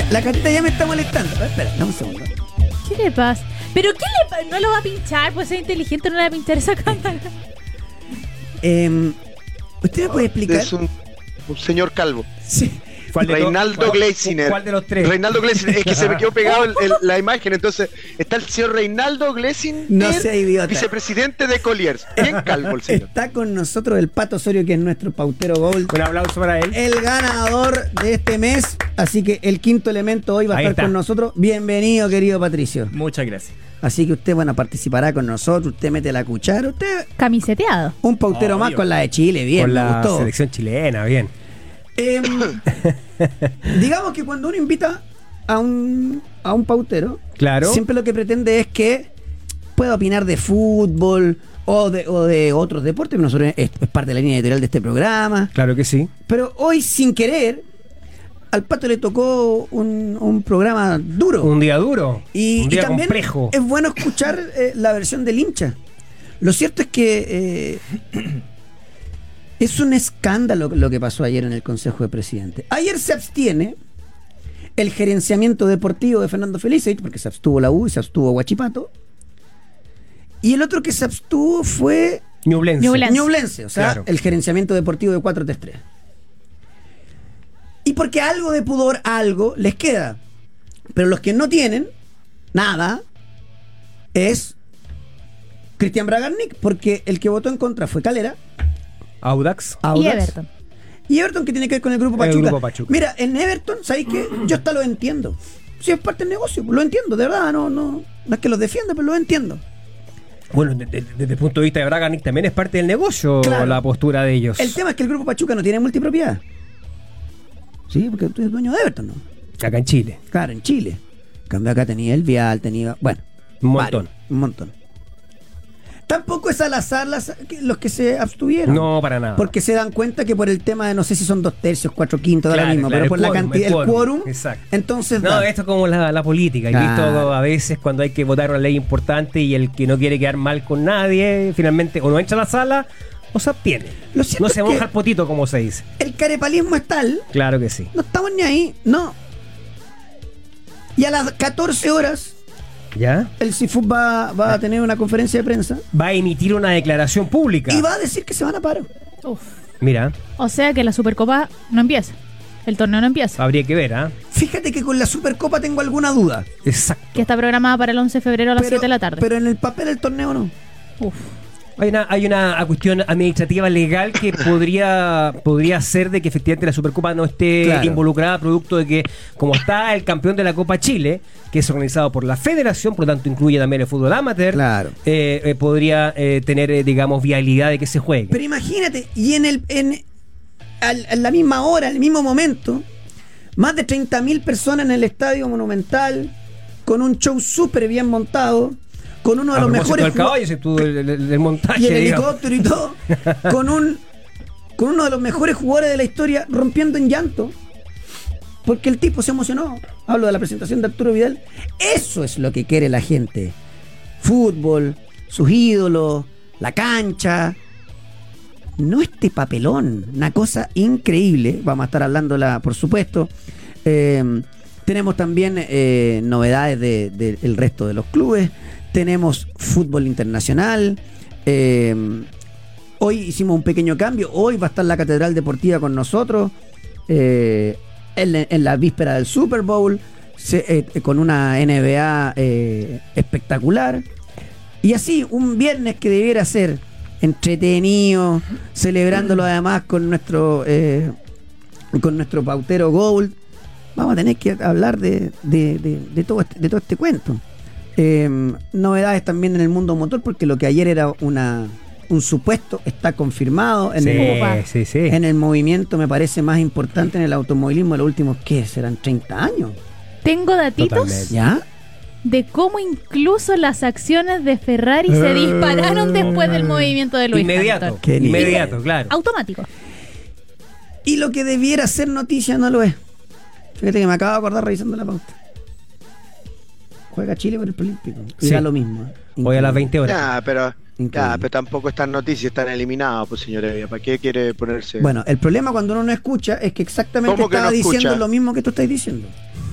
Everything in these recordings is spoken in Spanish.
La Catita ya me está molestando. A ver, espera, dame un segundo. ¿Qué le pasa? ¿Pero qué le pasa? No lo va a pinchar, pues es inteligente, no le va a pinchar esa cámara. ¿Usted me puede explicar? Es un señor calvo. Sí. Reinaldo Gleisiner. ¿Cuál de los tres? Reinaldo Gleisiner. Es que se me quedó pegado la imagen. Entonces, está el señor Reinaldo Gleisiner, No sea idiota. vicepresidente de Colliers. Bien calvo el señor. Está con nosotros el Pato Osorio, que es nuestro pautero Gold. Un aplauso para él. El ganador de este mes. Así que el quinto elemento hoy va a Ahí estar está. con nosotros. Bienvenido, querido Patricio. Muchas gracias. Así que usted, bueno, participará con nosotros. Usted mete la cuchara. Usted, Camiseteado. un pautero más Obvio. con la de Chile. Bien, Con me la gustó. selección chilena, bien. Digamos que cuando uno invita a un pautero, Claro. siempre lo que pretende es que pueda opinar de fútbol o de otros deportes. Nosotros es parte de la línea editorial de este programa. Claro que sí. Pero hoy, sin querer, al Pato le tocó un programa duro. Un día duro. Y un día también complejo. es bueno escuchar la versión del hincha. Lo cierto es que es un escándalo lo que pasó ayer en el Consejo de Presidentes. Ayer se abstiene el gerenciamiento deportivo de Fernando Felicevich, porque se abstuvo la U y se abstuvo Huachipato. Y el otro que se abstuvo fue Ñublense. Ñublense, o sea, Claro. el gerenciamiento deportivo de 4-3-3. Y porque algo de pudor, algo les queda. Pero los que no tienen nada es Cristian Bragarnik, porque el que votó en contra fue Calera, Audax. Y Everton. Y Everton, que tiene que ver con el Grupo El Pachuca. Grupo Pachuca. Mira, en Everton, ¿sabéis qué? Yo hasta lo entiendo. Si es parte del negocio, lo entiendo, de verdad, no es que los defienda, pero lo entiendo. Bueno, desde el punto de vista de Braganic también es parte del negocio, Claro. la postura de ellos. El tema es que el Grupo Pachuca no tiene multipropiedad. Sí, porque tú eres dueño de Everton, ¿no? Acá en Chile. Claro, en Chile. En cambio acá tenía el Vial, tenía... Bueno. Un montón. Un montón. Tampoco es al azar los que se abstuvieron. No, para nada. Porque se dan cuenta que por el tema de no sé si son 2/3, 4/5, da lo Claro, mismo, claro, pero por el la quórum, cantidad, el quórum, Exacto. entonces No, da. esto es como la política. He Claro. visto a veces cuando hay que votar una ley importante y el que no quiere quedar mal con nadie, finalmente o no entra a la sala o se abstiene. Lo cierto No se es que moja el potito, como se dice. El carepalismo es tal, Claro que sí. no estamos ni ahí, no. Y a las 14 horas ¿Ya? el CIFUB va a tener una conferencia de prensa Va a emitir una declaración pública. y va a decir que se van a paro. Uf. Mira, O sea que la Supercopa no empieza. El torneo no empieza. habría que ver, ¿ah? Fíjate que con la Supercopa tengo alguna duda. Exacto. Que está programada para el 11 de febrero a las 7 de la tarde. Pero en el papel del torneo no. Uf. Hay una cuestión administrativa legal que podría ser de que efectivamente la Supercopa no esté Claro. involucrada, producto de que, como está el campeón de la Copa Chile, que es organizado por la Federación, por lo tanto incluye también el fútbol amateur, Claro. podría tener, digamos, viabilidad de que se juegue. Pero imagínate, y a la misma hora, al mismo momento, más de 30.000 personas en el Estadio Monumental, con un show súper bien montado, con uno de A los propósito mejores del caballo, si tú, el montaje, y el digamos. helicóptero y todo, con uno de los mejores jugadores de la historia rompiendo en llanto, porque el tipo se emocionó. Hablo de la presentación de Arturo Vidal. Eso es lo que quiere la gente. Fútbol, sus ídolos, la cancha. No este papelón, una cosa increíble. Vamos a estar hablándola, por supuesto. Tenemos también novedades del resto de los clubes. Tenemos fútbol internacional. Hoy hicimos un pequeño cambio. Hoy va a estar la Catedral Deportiva con nosotros. En la víspera del Super Bowl. Con una NBA espectacular. Y así, un viernes que debiera ser entretenido, celebrándolo además con nuestro pautero Gold. Vamos a tener que hablar de todo este cuento. Novedades también en el mundo motor, porque lo que ayer era un supuesto está confirmado en, Sí. en el movimiento, me parece más importante en el automovilismo de los últimos, ¿qué? ¿Serán 30 años? Tengo datitos Totalmente. ¿Ya? de cómo incluso las acciones de Ferrari se dispararon después del movimiento de Lewis Inmediato, Hamilton. Qué nivel. inmediato, claro. Automático. Y lo que debiera ser noticia no lo es. Fíjate que me acabo de acordar revisando la pauta. Juega Chile por el Olímpico. Y Sí. da lo mismo. Hoy a las 20 horas. Pero Increíble. pero tampoco están noticias, están eliminados, pues señores. ¿Para qué quiere ponerse? Bueno, el problema cuando uno no escucha es que exactamente ¿Cómo que estaba no escucha? diciendo lo mismo que tú estás diciendo.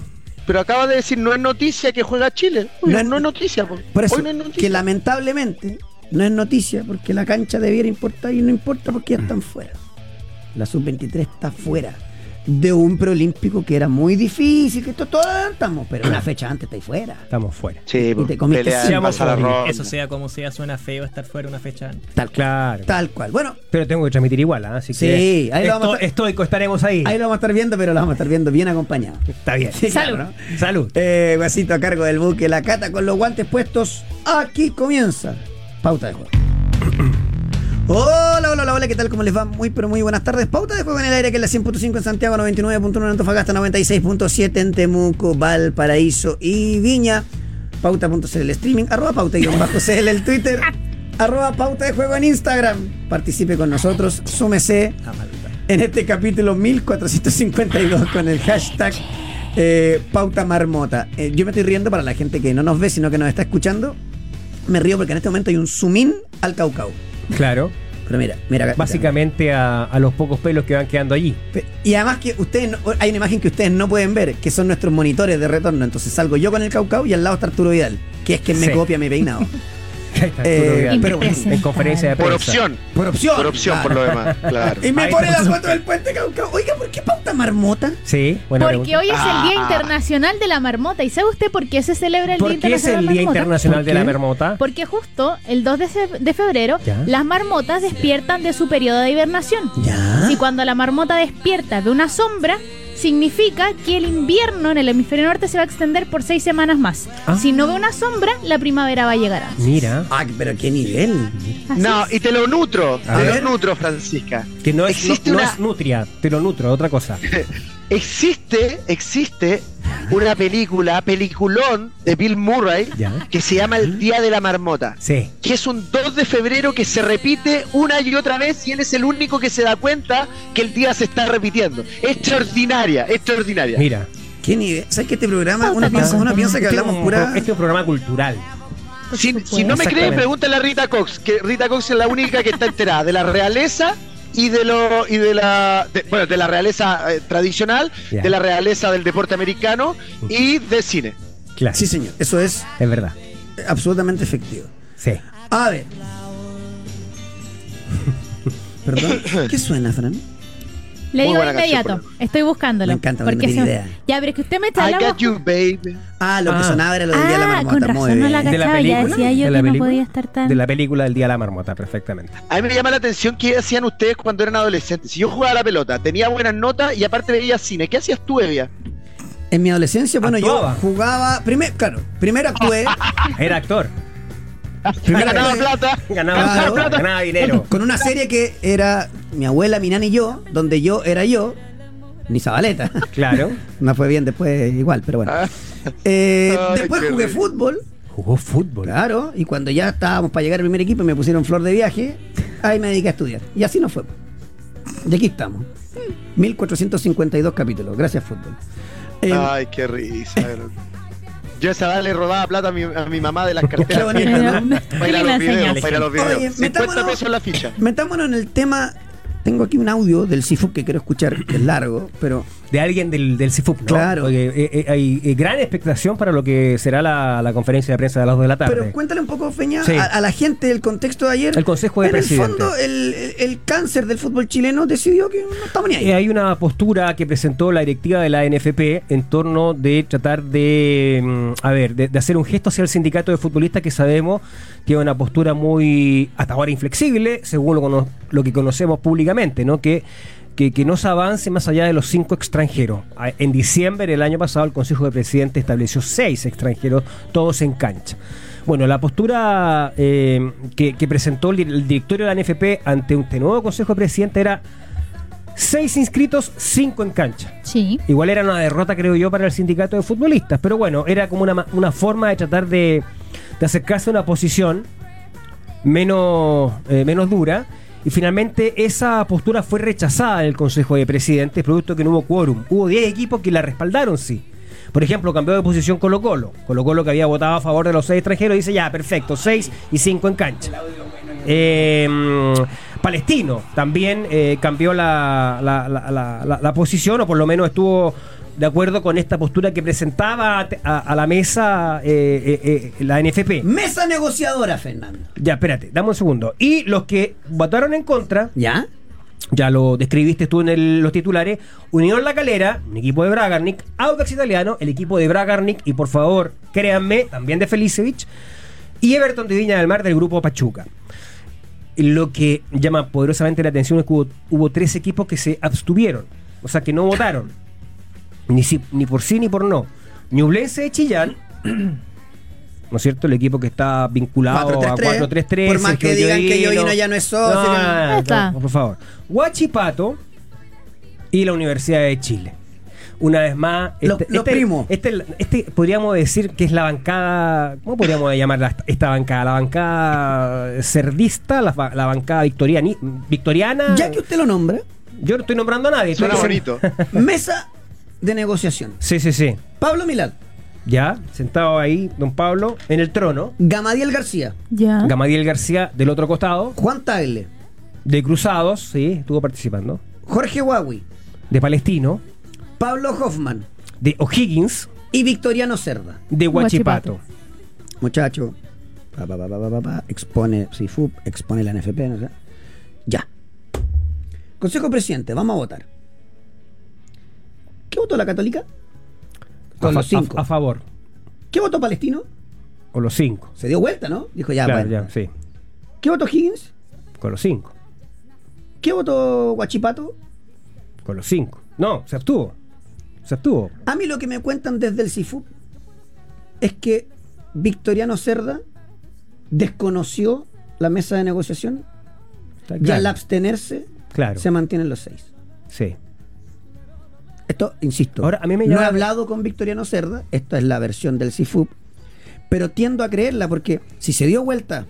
Pero acaba de decir, no es noticia que juega Chile. Uy, No no, es- es noticia. Por eso, Hoy no es noticia. que lamentablemente no es noticia porque la cancha debiera importar y no importa porque ya están fuera. La sub-23 está fuera de un preolímpico que era muy difícil, que todos adelantamos, pero una fecha antes está ahí fuera. Estamos fuera. Sí, Y te comiste pelea, cinco pasa la favoritos. ronda. Eso sea como sea, suena feo estar fuera una fecha antes. Tal cual. Claro. Tal cual. Bueno, Pero tengo que transmitir igual, ¿ah? Así Sí, que ahí lo vamos a estar- estoico estaremos ahí. ahí lo vamos a estar viendo, pero lo vamos a estar viendo bien acompañado. Está bien. Sí, Salud. claro, ¿no? Salud. Vasito a cargo del buque, la cata con los guantes puestos. Aquí comienza Pauta de Juego. Hola, hola, hola, hola, ¿qué tal? ¿Cómo les va? Muy, pero muy buenas tardes. Pauta de Juego en el aire, que es la 100.5 en Santiago, 99.1 en Antofagasta, 96.7 en Temuco, Valparaíso y Viña. Pauta.cl el streaming, @pauta_cl el Twitter, @pauta de Juego en Instagram. Participe con nosotros, súmese en este capítulo 1452 con el hashtag Pauta Marmota. Yo me estoy riendo para la gente que no nos ve, sino que nos está escuchando. Me río porque en este momento hay un zoom in al Caucao. Claro. Pero mira. Básicamente a los pocos pelos que van quedando allí. Y además que ustedes hay una imagen que ustedes no pueden ver, que son nuestros monitores de retorno. Entonces salgo yo con el Caucao y al lado está Arturo Vidal, que es quien me Sí. copia mi peinado. Ahí está Arturo Vidal. pero bueno, en conferencia de Por prensa. opción. por opción. Por opción, claro. por lo demás. Claro. Y me Ahí pone está. la foto del puente Caucao. Oiga, ¿por qué Pauta Marmota? Sí, buena Porque pregunta. hoy es el Día Internacional de la Marmota. ¿Y sabe usted por qué se celebra el Día ¿Por qué es Internacional el de la Día Marmota? Internacional de la ¿Por qué? Marmota? Porque justo el 2 de febrero Ya. las marmotas despiertan de su periodo de hibernación. Ya. Y cuando la marmota despierta de una sombra, significa que el invierno en el hemisferio norte se va a extender por 6 semanas más. Ah. Si no ve una sombra, la primavera va a llegar antes. Mira, Ah, pero qué nivel. Así No, es. y te lo nutro. A Te ver. lo nutro, Francisca. que no es, Existe no una- es nutria, te lo nutro, otra cosa. Existe una peliculón de Bill Murray Ya. que se llama El Día de la Marmota. Sí. Que es un 2 de febrero que se repite una y otra vez y él es el único que se da cuenta que el día se está repitiendo. Extraordinaria. Mira. Qué nivel. ¿Sabes que este programa Pauta uno piensa que Este es hablamos un pura. Este es un programa cultural. Si no me creen, Exactamente. pregúntale a Rita Cox, que Rita Cox es la única que está enterada de la realeza y de la realeza tradicional, Ya. de la realeza del deporte americano y del cine. Claro. Sí, señor. Eso es Es verdad. absolutamente efectivo. Sí. A ver. Perdón. ¿Qué suena, Fran? Le Muy digo de buena canción, inmediato. por Estoy buscándolo. Me encanta, porque no porque tiene se- idea. Ya, pero es que usted me está I hablando. got you, baby. Ah, lo que Ah. sonaba era lo del Día de la Marmota. con Muy razón no la bien. ¿De la cachaba. Ya película? decía yo ¿De la que no película? podía estar tan. De la película del Día de la Marmota, perfectamente. A mí me llama la atención qué hacían ustedes cuando eran adolescentes. Si yo jugaba a la pelota, tenía buenas notas y aparte veía cine, ¿qué hacías tú, Evia? En mi adolescencia, bueno, Actuaba. yo jugaba. Primero actué. Era actor. Primero Ganaba actué plata. Ganaba, Claro. ganaba dinero. con una serie que era mi abuela, mi nana y yo, donde yo era yo, ni Zabaleta. Claro. No fue bien después igual, pero bueno. Ay, Después qué jugué rico. fútbol, Jugó fútbol. claro, y cuando ya estábamos para llegar al primer equipo y me pusieron flor de viaje, ahí me dediqué a estudiar. Y así nos fue. Y aquí estamos. 1452 capítulos, gracias fútbol. Ay, qué risa. Yo a esa edad le robaba plata a mi mamá de las carteras. Qué bonito, ¿no? Para ir a los videos, para ir a los videos. Oye, 50 pesos la ficha. Metámonos en el tema. Tengo aquí un audio del CIFUP que quiero escuchar, que es largo, pero De alguien del CIFUP, ¿no? Claro. Porque hay gran expectación para lo que será la conferencia de prensa de las 2 de la tarde. Pero cuéntale un poco, Feña, Sí. a la gente el contexto de ayer. El Consejo de en Presidentes. el fondo, el cáncer del fútbol chileno decidió que no estamos ni ahí. Hay una postura que presentó la directiva de la NFP en torno de tratar de hacer un gesto hacia el sindicato de futbolistas que sabemos tiene una postura muy, hasta ahora, inflexible, según lo que conocemos públicamente, ¿no? Que no se avance más allá de los 5 extranjeros. En diciembre del año pasado el Consejo de Presidentes estableció 6 extranjeros, todos en cancha. Bueno, la postura que presentó el directorio de la NFP ante este nuevo Consejo de Presidentes era 6 inscritos, 5 en cancha. Sí. Igual era una derrota, creo yo, para el sindicato de futbolistas, pero bueno, era como una forma de tratar de acercarse a una posición menos dura, y finalmente esa postura fue rechazada en el Consejo de Presidentes, producto que no hubo quórum. Hubo 10 equipos que la respaldaron, sí. Por ejemplo, cambió de posición Colo-Colo. Colo-Colo, que había votado a favor de los 6 extranjeros, dice ya, perfecto, 6 y 5 en cancha. Palestino también cambió la posición, o por lo menos estuvo de acuerdo con esta postura que presentaba a la mesa la NFP. Mesa negociadora, Fernando. Ya, espérate, dame un segundo. Y los que votaron en contra, ¿Ya? ya lo describiste tú en los titulares: Unión La Calera, un equipo de Bragarnik; Audax Italiano, el equipo de Bragarnik, y por favor, créanme, también de Felicevich; y Everton de Viña del Mar, del grupo Pachuca. Lo que llama poderosamente la atención es que hubo 3 equipos que se abstuvieron, o sea, que no votaron, ni por sí ni por no. Ñublense de Chillán, ¿no es cierto? El equipo que está vinculado 4-3-3, a 4-3-3. por más Sergio que digan que Llovino. Llovino ya no es socio. Ahí está. Por favor. Huachipato y la Universidad de Chile. Una vez más, Los primos. Este podríamos decir que es la bancada. ¿Cómo podríamos llamarla esta bancada? La bancada cerdista, la bancada victoriana. Ya que usted lo nombra, Yo no estoy nombrando a nadie. Suena estoy bonito. mesa de negociación. Sí. Pablo Milad, Ya, sentado ahí, don Pablo, en el trono. Gamadiel García, Ya. Gamadiel García del otro costado. Juan Tagle, De Cruzados, sí, estuvo participando. Jorge Huawei, De Palestino. Pablo Hoffman De O'Higgins. y Victoriano Cerda. De Huachipato. Muchacho, expone CIFUP, expone la NFP, no sé. Ya. Consejo Presidente, vamos a votar. ¿Qué votó la Católica? Con los 5. A favor. ¿Qué votó Palestino? Con los 5. Se dio vuelta, ¿no? Dijo ya, Claro, bueno. ya, sí. ¿Qué votó Higgins? Con los 5. ¿Qué votó Huachipato? Con los 5. No, se abstuvo. A mí lo que me cuentan desde el CIFUP es que Victoriano Cerda desconoció la mesa de negociación Está y claro. al abstenerse Claro. se mantienen los 6. Sí. Esto, insisto, Ahora, a mí me no he llama- hablado con Victoriano Cerda, esta es la versión del CIFUP, pero tiendo a creerla porque si se dio vuelta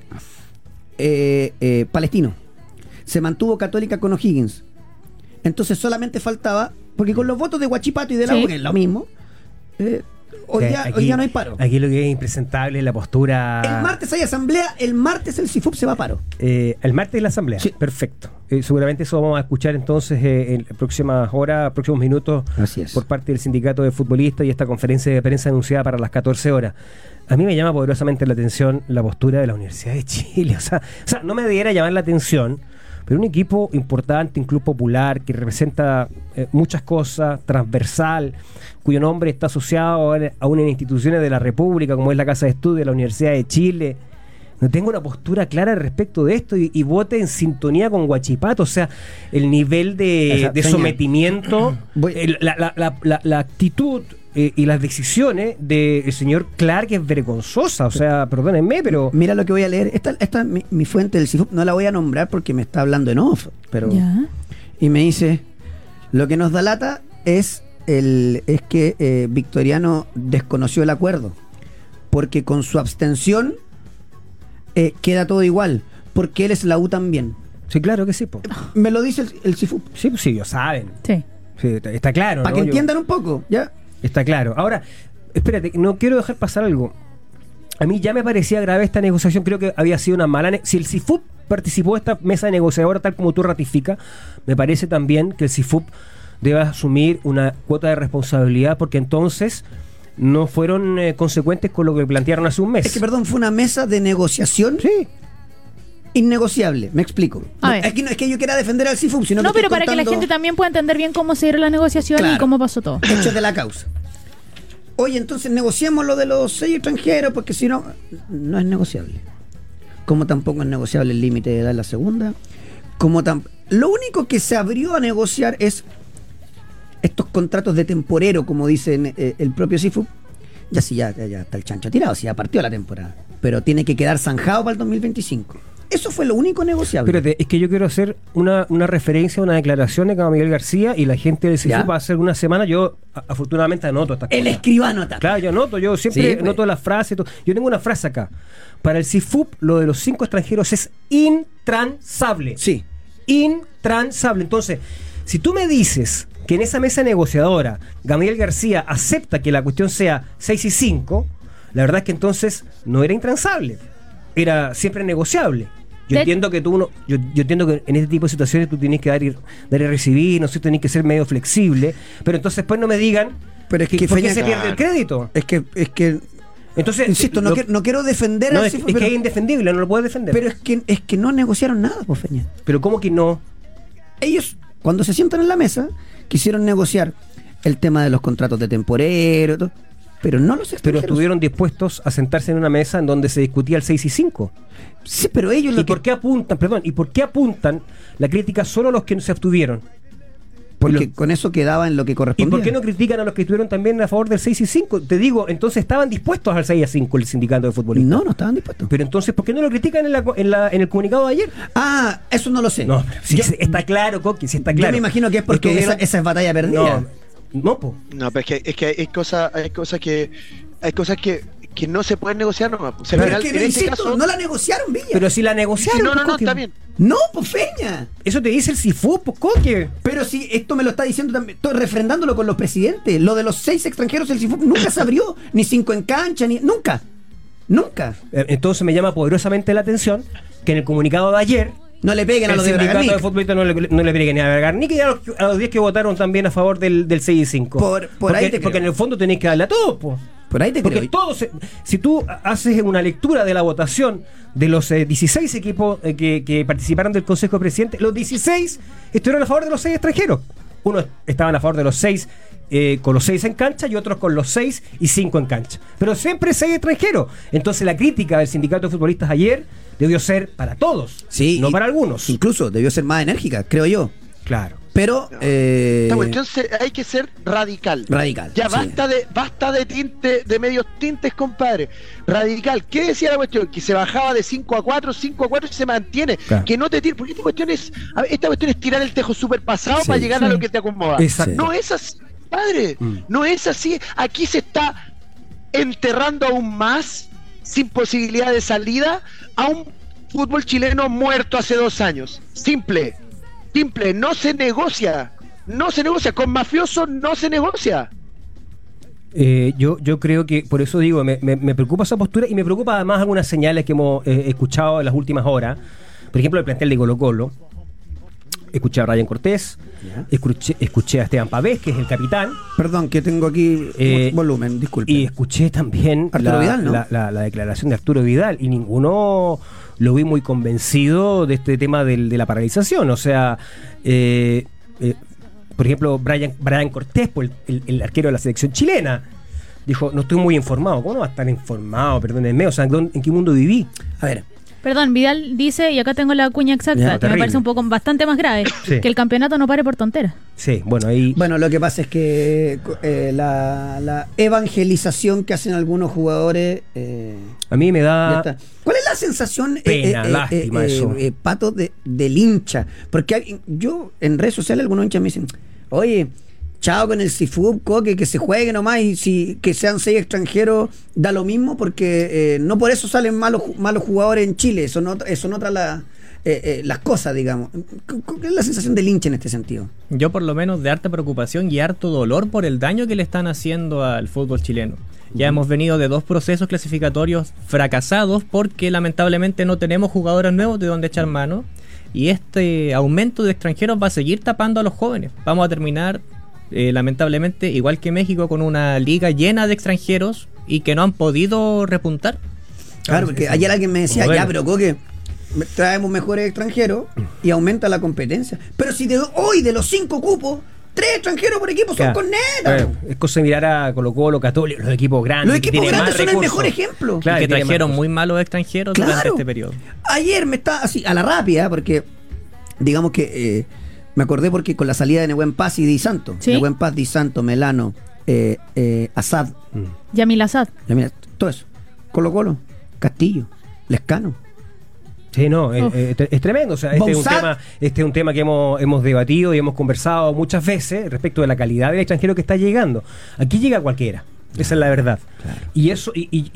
Palestino, se mantuvo Católica con O'Higgins, entonces solamente faltaba, porque con los votos de Huachipato y de la Sí. U, que es lo mismo, hoy ya no hay paro. Aquí lo que es impresentable es la postura. El martes hay asamblea, el martes el CIFUP se va a paro. El martes la asamblea. Sí. Perfecto. Seguramente eso vamos a escuchar entonces en próximas horas, próximos minutos, Así es. por parte del sindicato de futbolistas y esta conferencia de prensa anunciada para las 14 horas. A mí me llama poderosamente la atención la postura de la Universidad de Chile. O sea, no me debiera llamar la atención, pero un equipo importante, un club popular que representa muchas cosas, transversal, cuyo nombre está asociado a una instituciones de la República, como es la Casa de Estudios de la Universidad de Chile, no tengo una postura clara respecto de esto y vote en sintonía con Huachipato. O sea, el nivel de Señor. sometimiento, Voy- la actitud y las decisiones del señor Clark es vergonzosa. O sea, perdónenme, pero Mira lo que voy a leer. Esta es mi fuente del CIFUP, no la voy a nombrar porque me está hablando en off, pero Ya. y me dice, lo que nos da lata es que Victoriano desconoció el acuerdo, porque con su abstención queda todo igual, porque él es la U también. sí, claro que sí. Po. Me lo dice el CIFUP, Sí, pues sí, ellos saben. Sí. Sí, está claro. para ¿no? que entiendan un poco, ¿ya? Está claro. Ahora, espérate, no quiero dejar pasar algo. A mí ya me parecía grave esta negociación. Creo que había sido una mala... Si el CIFUP participó de esta mesa negociadora tal como tú ratificas, me parece también que el CIFUP debe asumir una cuota de responsabilidad, porque entonces no fueron consecuentes con lo que plantearon hace un mes. Es que, perdón, fue una mesa de negociación Sí. innegociable, me explico. A No, ver. aquí no es que yo quiera defender al CIFUP, sino No, que pero estoy para que la contando gente también pueda entender bien cómo se dieron la negociación y Claro. cómo pasó todo. hechos de la causa. Oye, entonces negociemos lo de los 6 extranjeros, porque si no, no es negociable. Como tampoco es negociable el límite de edad en la segunda. Lo único que se abrió a negociar es estos contratos de temporero, como dice el propio CIFUP. Ya está el chancho tirado, si ya partió la temporada. Pero tiene que quedar zanjado para el 2025. Eso fue lo único negociable. Espérate, es que yo quiero hacer una referencia, una declaración de Miguel García, y la gente del ¿Ya? CIFUP va a hacer una semana. Yo afortunadamente anoto estas El cosas. escribano está. Claro, yo anoto, yo siempre Sí, pues. anoto las frases. Yo tengo una frase acá. Para el CIFUP, lo de los 5 extranjeros es intransable. Sí. Intransable. Entonces, si tú me dices que en esa mesa negociadora Gabriel García acepta que la cuestión sea 6 y 5, la verdad es que entonces no era intransable. Era siempre negociable. Yo entiendo que yo entiendo que en este tipo de situaciones tú tienes que dar y recibir, no sé, tienes que ser medio flexible, pero entonces después no me digan Pero es que ¿Por qué Feña- se pierde el crédito? Es que Entonces, insisto, no quiero defender no, al es Cifo, que pero, es indefendible, no lo puedes defender. pero es que no negociaron nada, pues, Feña. Pero ¿cómo que no? Ellos, cuando se sientan en la mesa, quisieron negociar el tema de los contratos de temporero, todo, pero no los Pero extranjeros. estuvieron dispuestos a sentarse en una mesa en donde se discutía el 6 y 5. Sí, pero ellos ¿Y por qué apuntan la crítica solo a los que se abstuvieron? porque con eso quedaba en lo que ¿Y correspondía. por qué no critican a los que estuvieron también a favor del 6 y 5? Te digo, entonces estaban dispuestos al 6 a 5 el sindicato de futbolistas. No estaban dispuestos. Pero entonces, ¿por qué no lo critican en el comunicado de ayer? Ah, eso no lo sé. No, pero sí, Yo- está claro, Coqui, sí está Yo claro. me imagino que es porque Estuvieron- esa es batalla perdida. No, po. No, pero es que hay cosas que no se pueden negociar nomás. O sea, Pero al es que, final, en este insisto, caso, no la negociaron, Villa. Pero si la negociaron. no, pues, Coqui. está bien. No, pues, Feña. Eso te dice el CIFU, pues, Coqui. Pero si esto me lo está diciendo también, estoy refrendándolo con los presidentes. Lo de los 6 extranjeros, el CIFUP nunca se abrió, ni 5 en cancha, ni. Nunca. Entonces me llama poderosamente la atención que en el comunicado de ayer No le peguen a el los de sindicato Bragarnik. de futbolistas no le peguen ni a Bragarnik ni a los 10 que votaron también a favor del 6 y 5. Por ahí te creo. Porque en el fondo tenéis que darle a todos, pues. Por ahí te Porque creo. todos, si tú haces una lectura de la votación de los 16 equipos que participaron del Consejo de Presidentes, los 16 estuvieron a favor de los 6 extranjeros. Unos estaban a favor de los 6 con los 6 en cancha y otros con los 6 y 5 en cancha. Pero siempre 6 extranjeros. Entonces la crítica del sindicato de futbolistas ayer debió ser para todos, Sí, no y- para algunos. Incluso debió ser más enérgica, creo yo. Claro. Pero. Esta cuestión hay que ser radical. Radical. Ya sí. basta de tinte, de medios tintes, compadre. Radical. ¿Qué decía la cuestión? Que se bajaba de 5 a 4 y se mantiene. Claro. Que no te tire. Porque esta cuestión es tirar el tejo súper pasado Sí. para llegar a Sí. lo que te acomoda. Exacto. No es así, padre. No es así. Aquí se está enterrando aún más, sin posibilidad de salida, a un fútbol chileno muerto hace 2 años. Simple, no se negocia. Con mafiosos no se negocia. Yo creo que, por eso digo, me preocupa esa postura y me preocupa además algunas señales que hemos escuchado en las últimas horas. Por ejemplo, el plantel de Colo-Colo. Escuché a Ryan Cortés, escuché a Esteban Pavés, que es el capitán, Perdón, que tengo aquí volumen, disculpe. y escuché también Arturo Vidal, ¿no? la declaración de Arturo Vidal, y ninguno lo vi muy convencido de este tema de la paralización. O sea, por ejemplo, Brian Cortés, pues, el arquero de la selección chilena, dijo, no estoy muy informado. ¿Cómo no va a estar informado? Perdónenme, o sea, ¿en qué mundo viví? A ver, Perdón, Vidal dice, y acá tengo la cuña exacta, Ya, que me terrible. parece un poco bastante más grave, Sí. que el campeonato no pare por tonteras. Sí, bueno, ahí... bueno, lo que pasa es que la evangelización que hacen algunos jugadores. A mí me Ya da... está. ¿Cuál es la sensación, Pena, lástima eso. Pato, del hincha? Porque yo en redes sociales algunos hinchas me dicen, oye, chao con el CIFUB, que se juegue nomás y que sean 6 extranjeros da lo mismo porque no por eso salen malos jugadores en Chile, son otras las cosas, digamos. ¿Qué es la sensación del hincha en este sentido? Yo por lo menos de harta preocupación y harto dolor por el daño que le están haciendo al fútbol chileno. Ya hemos venido de 2 procesos clasificatorios fracasados porque lamentablemente no tenemos jugadores nuevos de donde echar mano, y este aumento de extranjeros va a seguir tapando a los jóvenes. Vamos a terminar lamentablemente igual que México, con una liga llena de extranjeros y que no han podido repuntar. Claro, porque ayer alguien me decía, Modelo. ya, pero Coque, traemos mejores extranjeros y aumenta la competencia. Pero si de los 5 cupos, 3 extranjeros por equipo son Claro. cornetas. Es cosa de mirar a Colo-Colo, Católico, los equipos grandes. Los que equipos tienen grandes más son el recursos. mejor ejemplo. Claro, Y que tienen más trajeron recursos. muy malos extranjeros durante Claro. este periodo. Ayer me está así, a la rápida, porque digamos que me acordé porque con la salida de Nehuen Paz y Di Santo, Sí. Nehuen Paz, Di Santo, Melano, Asad, Yamil Asad. ya mira, todo eso, Colo-Colo, Castillo, Lescano. Sí, no, Uf. es tremendo. O sea, este Bausat. es un tema que hemos debatido y hemos conversado muchas veces respecto de la calidad del extranjero que está llegando. Aquí llega cualquiera, esa es la verdad. Claro. Y eso,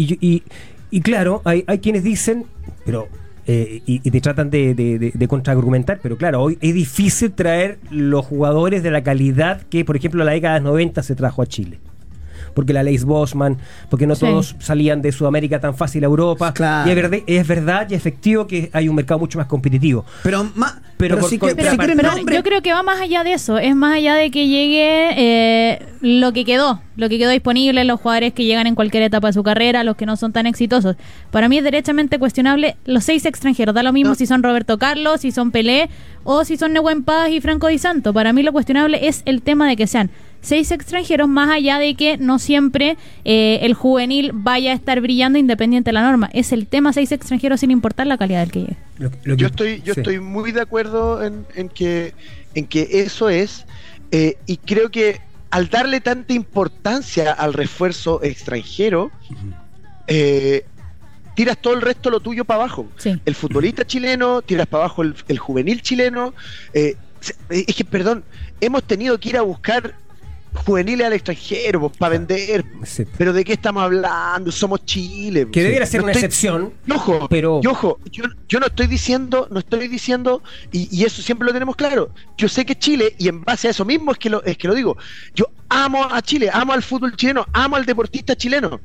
y claro, hay quienes dicen, pero y te tratan de contraargumentar, pero claro, hoy es difícil traer los jugadores de la calidad que, por ejemplo, en la década de los 90 se trajo a Chile. porque la ley Bosman, porque no Sí. todos salían de Sudamérica tan fácil a Europa. Claro. Y es verdad y efectivo que hay un mercado mucho más competitivo. Pero Por- si por- que- pero- si quieren Pero nombre, yo creo que va más allá de eso, es más allá de que llegue lo que quedó disponible, los jugadores que llegan en cualquier etapa de su carrera, los que no son tan exitosos. Para mí es derechamente cuestionable los 6 extranjeros, da lo mismo si son Roberto Carlos, si son Pelé o si son Nehuen Paz y Franco Di Santo. Para mí lo cuestionable es el tema de que sean 6 extranjeros, más allá de que no siempre el juvenil vaya a estar brillando independiente de la norma. Es el tema 6 extranjeros sin importar la calidad del que llegue. Yo estoy muy de acuerdo en que eso es, y creo que al darle tanta importancia al refuerzo extranjero, tiras todo el resto lo tuyo para abajo. Sí. El futbolista chileno, tiras para abajo el juvenil chileno. Es que, perdón, hemos tenido que ir a buscar juveniles al extranjero pues, para vender. Sí. Pero ¿de qué estamos hablando? Somos Chile. Que debiera ser No una estoy- excepción. y ojo, pero- yo no estoy diciendo, y eso siempre lo tenemos claro. Yo sé que Chile, y en base a eso mismo es que lo digo, yo amo a Chile, amo al fútbol chileno, amo al deportista chileno.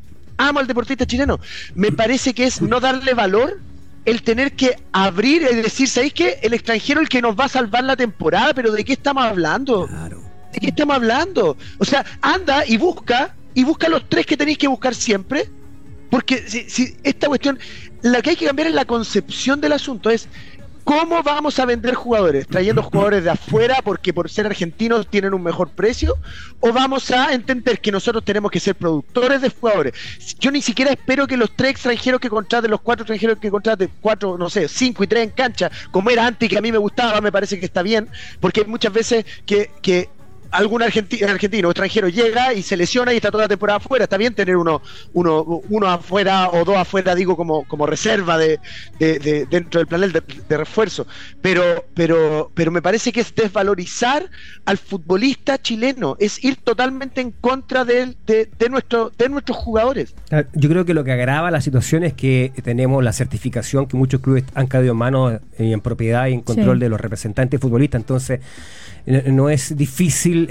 Me parece que es no darle valor el tener que abrir y decir, ¿sabéis qué? El extranjero el que nos va a salvar la temporada, pero ¿de qué estamos hablando? Claro. ¿De qué estamos hablando? O sea, anda y busca los 3 que tenéis que buscar siempre, porque si esta cuestión, lo que hay que cambiar es la concepción del asunto, es cómo vamos a vender jugadores, trayendo jugadores de afuera porque por ser argentinos tienen un mejor precio, o vamos a entender que nosotros tenemos que ser productores de jugadores. Yo ni siquiera espero que los 3 extranjeros que contraten, los 4 extranjeros que contraten, 4, no sé, 5 y 3 en cancha, como era antes, que a mí me gustaba, me parece que está bien, porque hay muchas veces que algún argentino o extranjero llega y se lesiona y está toda la temporada afuera. Está bien tener uno afuera o 2 afuera, digo, como reserva de dentro del plantel de refuerzo. Pero me parece que es desvalorizar al futbolista chileno, es ir totalmente en contra de nuestros jugadores. Yo creo que lo que agrava la situación es que tenemos la certificación que muchos clubes han caído en manos y en propiedad y en control Sí. de los representantes futbolistas. Entonces, no es difícil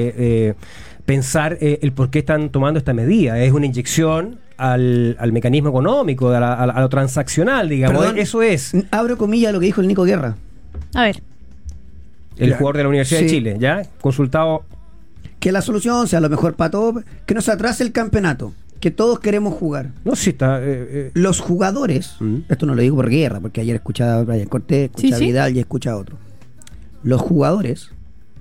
pensar el por qué están tomando esta medida. Es una inyección al mecanismo económico, a lo transaccional, digamos. Perdón, Eso es abro comillas a lo que dijo el Nico Guerra. A ver, el jugador de la Universidad de Sí. Chile, ¿ya? Consultado. Que la solución sea lo mejor para todos, que no se atrase el campeonato, que todos queremos jugar. No, sí está. Los jugadores, esto no lo digo por Guerra, porque ayer escuchaba a Brian Cortés, escuchaba a Sí, sí. Vidal y escuchaba a otro. Los jugadores,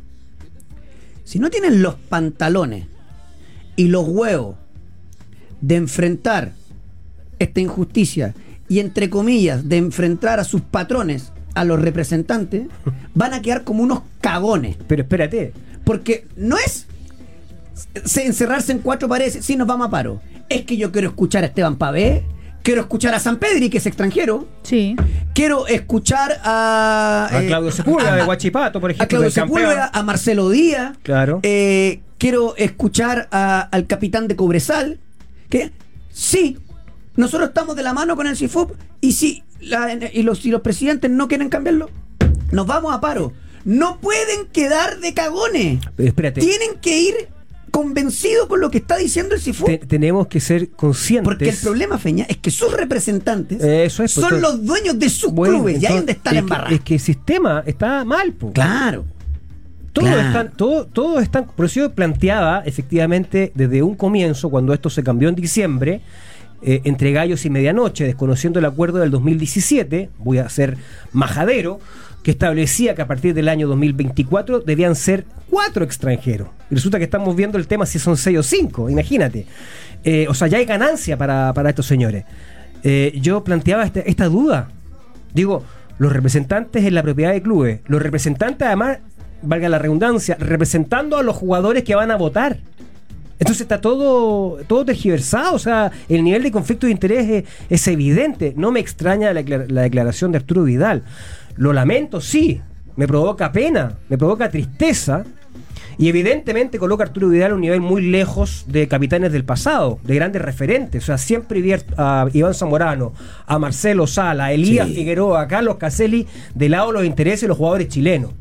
si no tienen los pantalones y los huevos de enfrentar esta injusticia y, entre comillas, de enfrentar a sus patrones, a los representantes, van a quedar como unos cagones. Pero espérate. Porque no es encerrarse en 4 paredes, sí, nos vamos a paro. Es que yo quiero escuchar a Esteban Pavé, quiero escuchar a San Pedri, que es extranjero, sí. quiero escuchar a Claudio Sepúlveda de Huachipato, por ejemplo, a Claudio del campeón. Sepúlveda, a Marcelo Díaz. Claro. Quiero escuchar al capitán de Cobresal, que sí, nosotros estamos de la mano con el CIFUP, y si los presidentes no quieren cambiarlo, nos vamos a paro. No pueden quedar de cagones. Espérate. Tienen que ir convencidos con lo que está diciendo el CIFUP. Tenemos que ser conscientes. Porque el problema, Feña, es que sus representantes Eso es, son entonces, los dueños de sus bueno, clubes, y ahí es donde entonces, está la embarrada. Es que el sistema está mal, po. Claro. Todos Claro. están, todos están. Por eso yo planteaba, efectivamente, desde un comienzo, cuando esto se cambió en diciembre, entre gallos y medianoche, desconociendo el acuerdo del 2017, voy a ser majadero, que establecía que a partir del año 2024 debían ser 4 extranjeros. Y resulta que estamos viendo el tema si son 6 o 5, imagínate. O sea, ya hay ganancia para estos señores. Yo planteaba esta duda. Digo, los representantes en la propiedad de clubes, los representantes además, valga la redundancia, representando a los jugadores que van a votar. Entonces está todo tergiversado, o sea, el nivel de conflicto de interés es evidente. No me extraña la declaración de Arturo Vidal. Lo lamento, sí, me provoca pena, me provoca tristeza, y evidentemente coloca a Arturo Vidal a un nivel muy lejos de capitanes del pasado, de grandes referentes. O sea, siempre vi a Iván Zamorano, a Marcelo Sala, a Elías Sí. Figueroa, a Carlos Caselli, del lado de los intereses de los jugadores chilenos.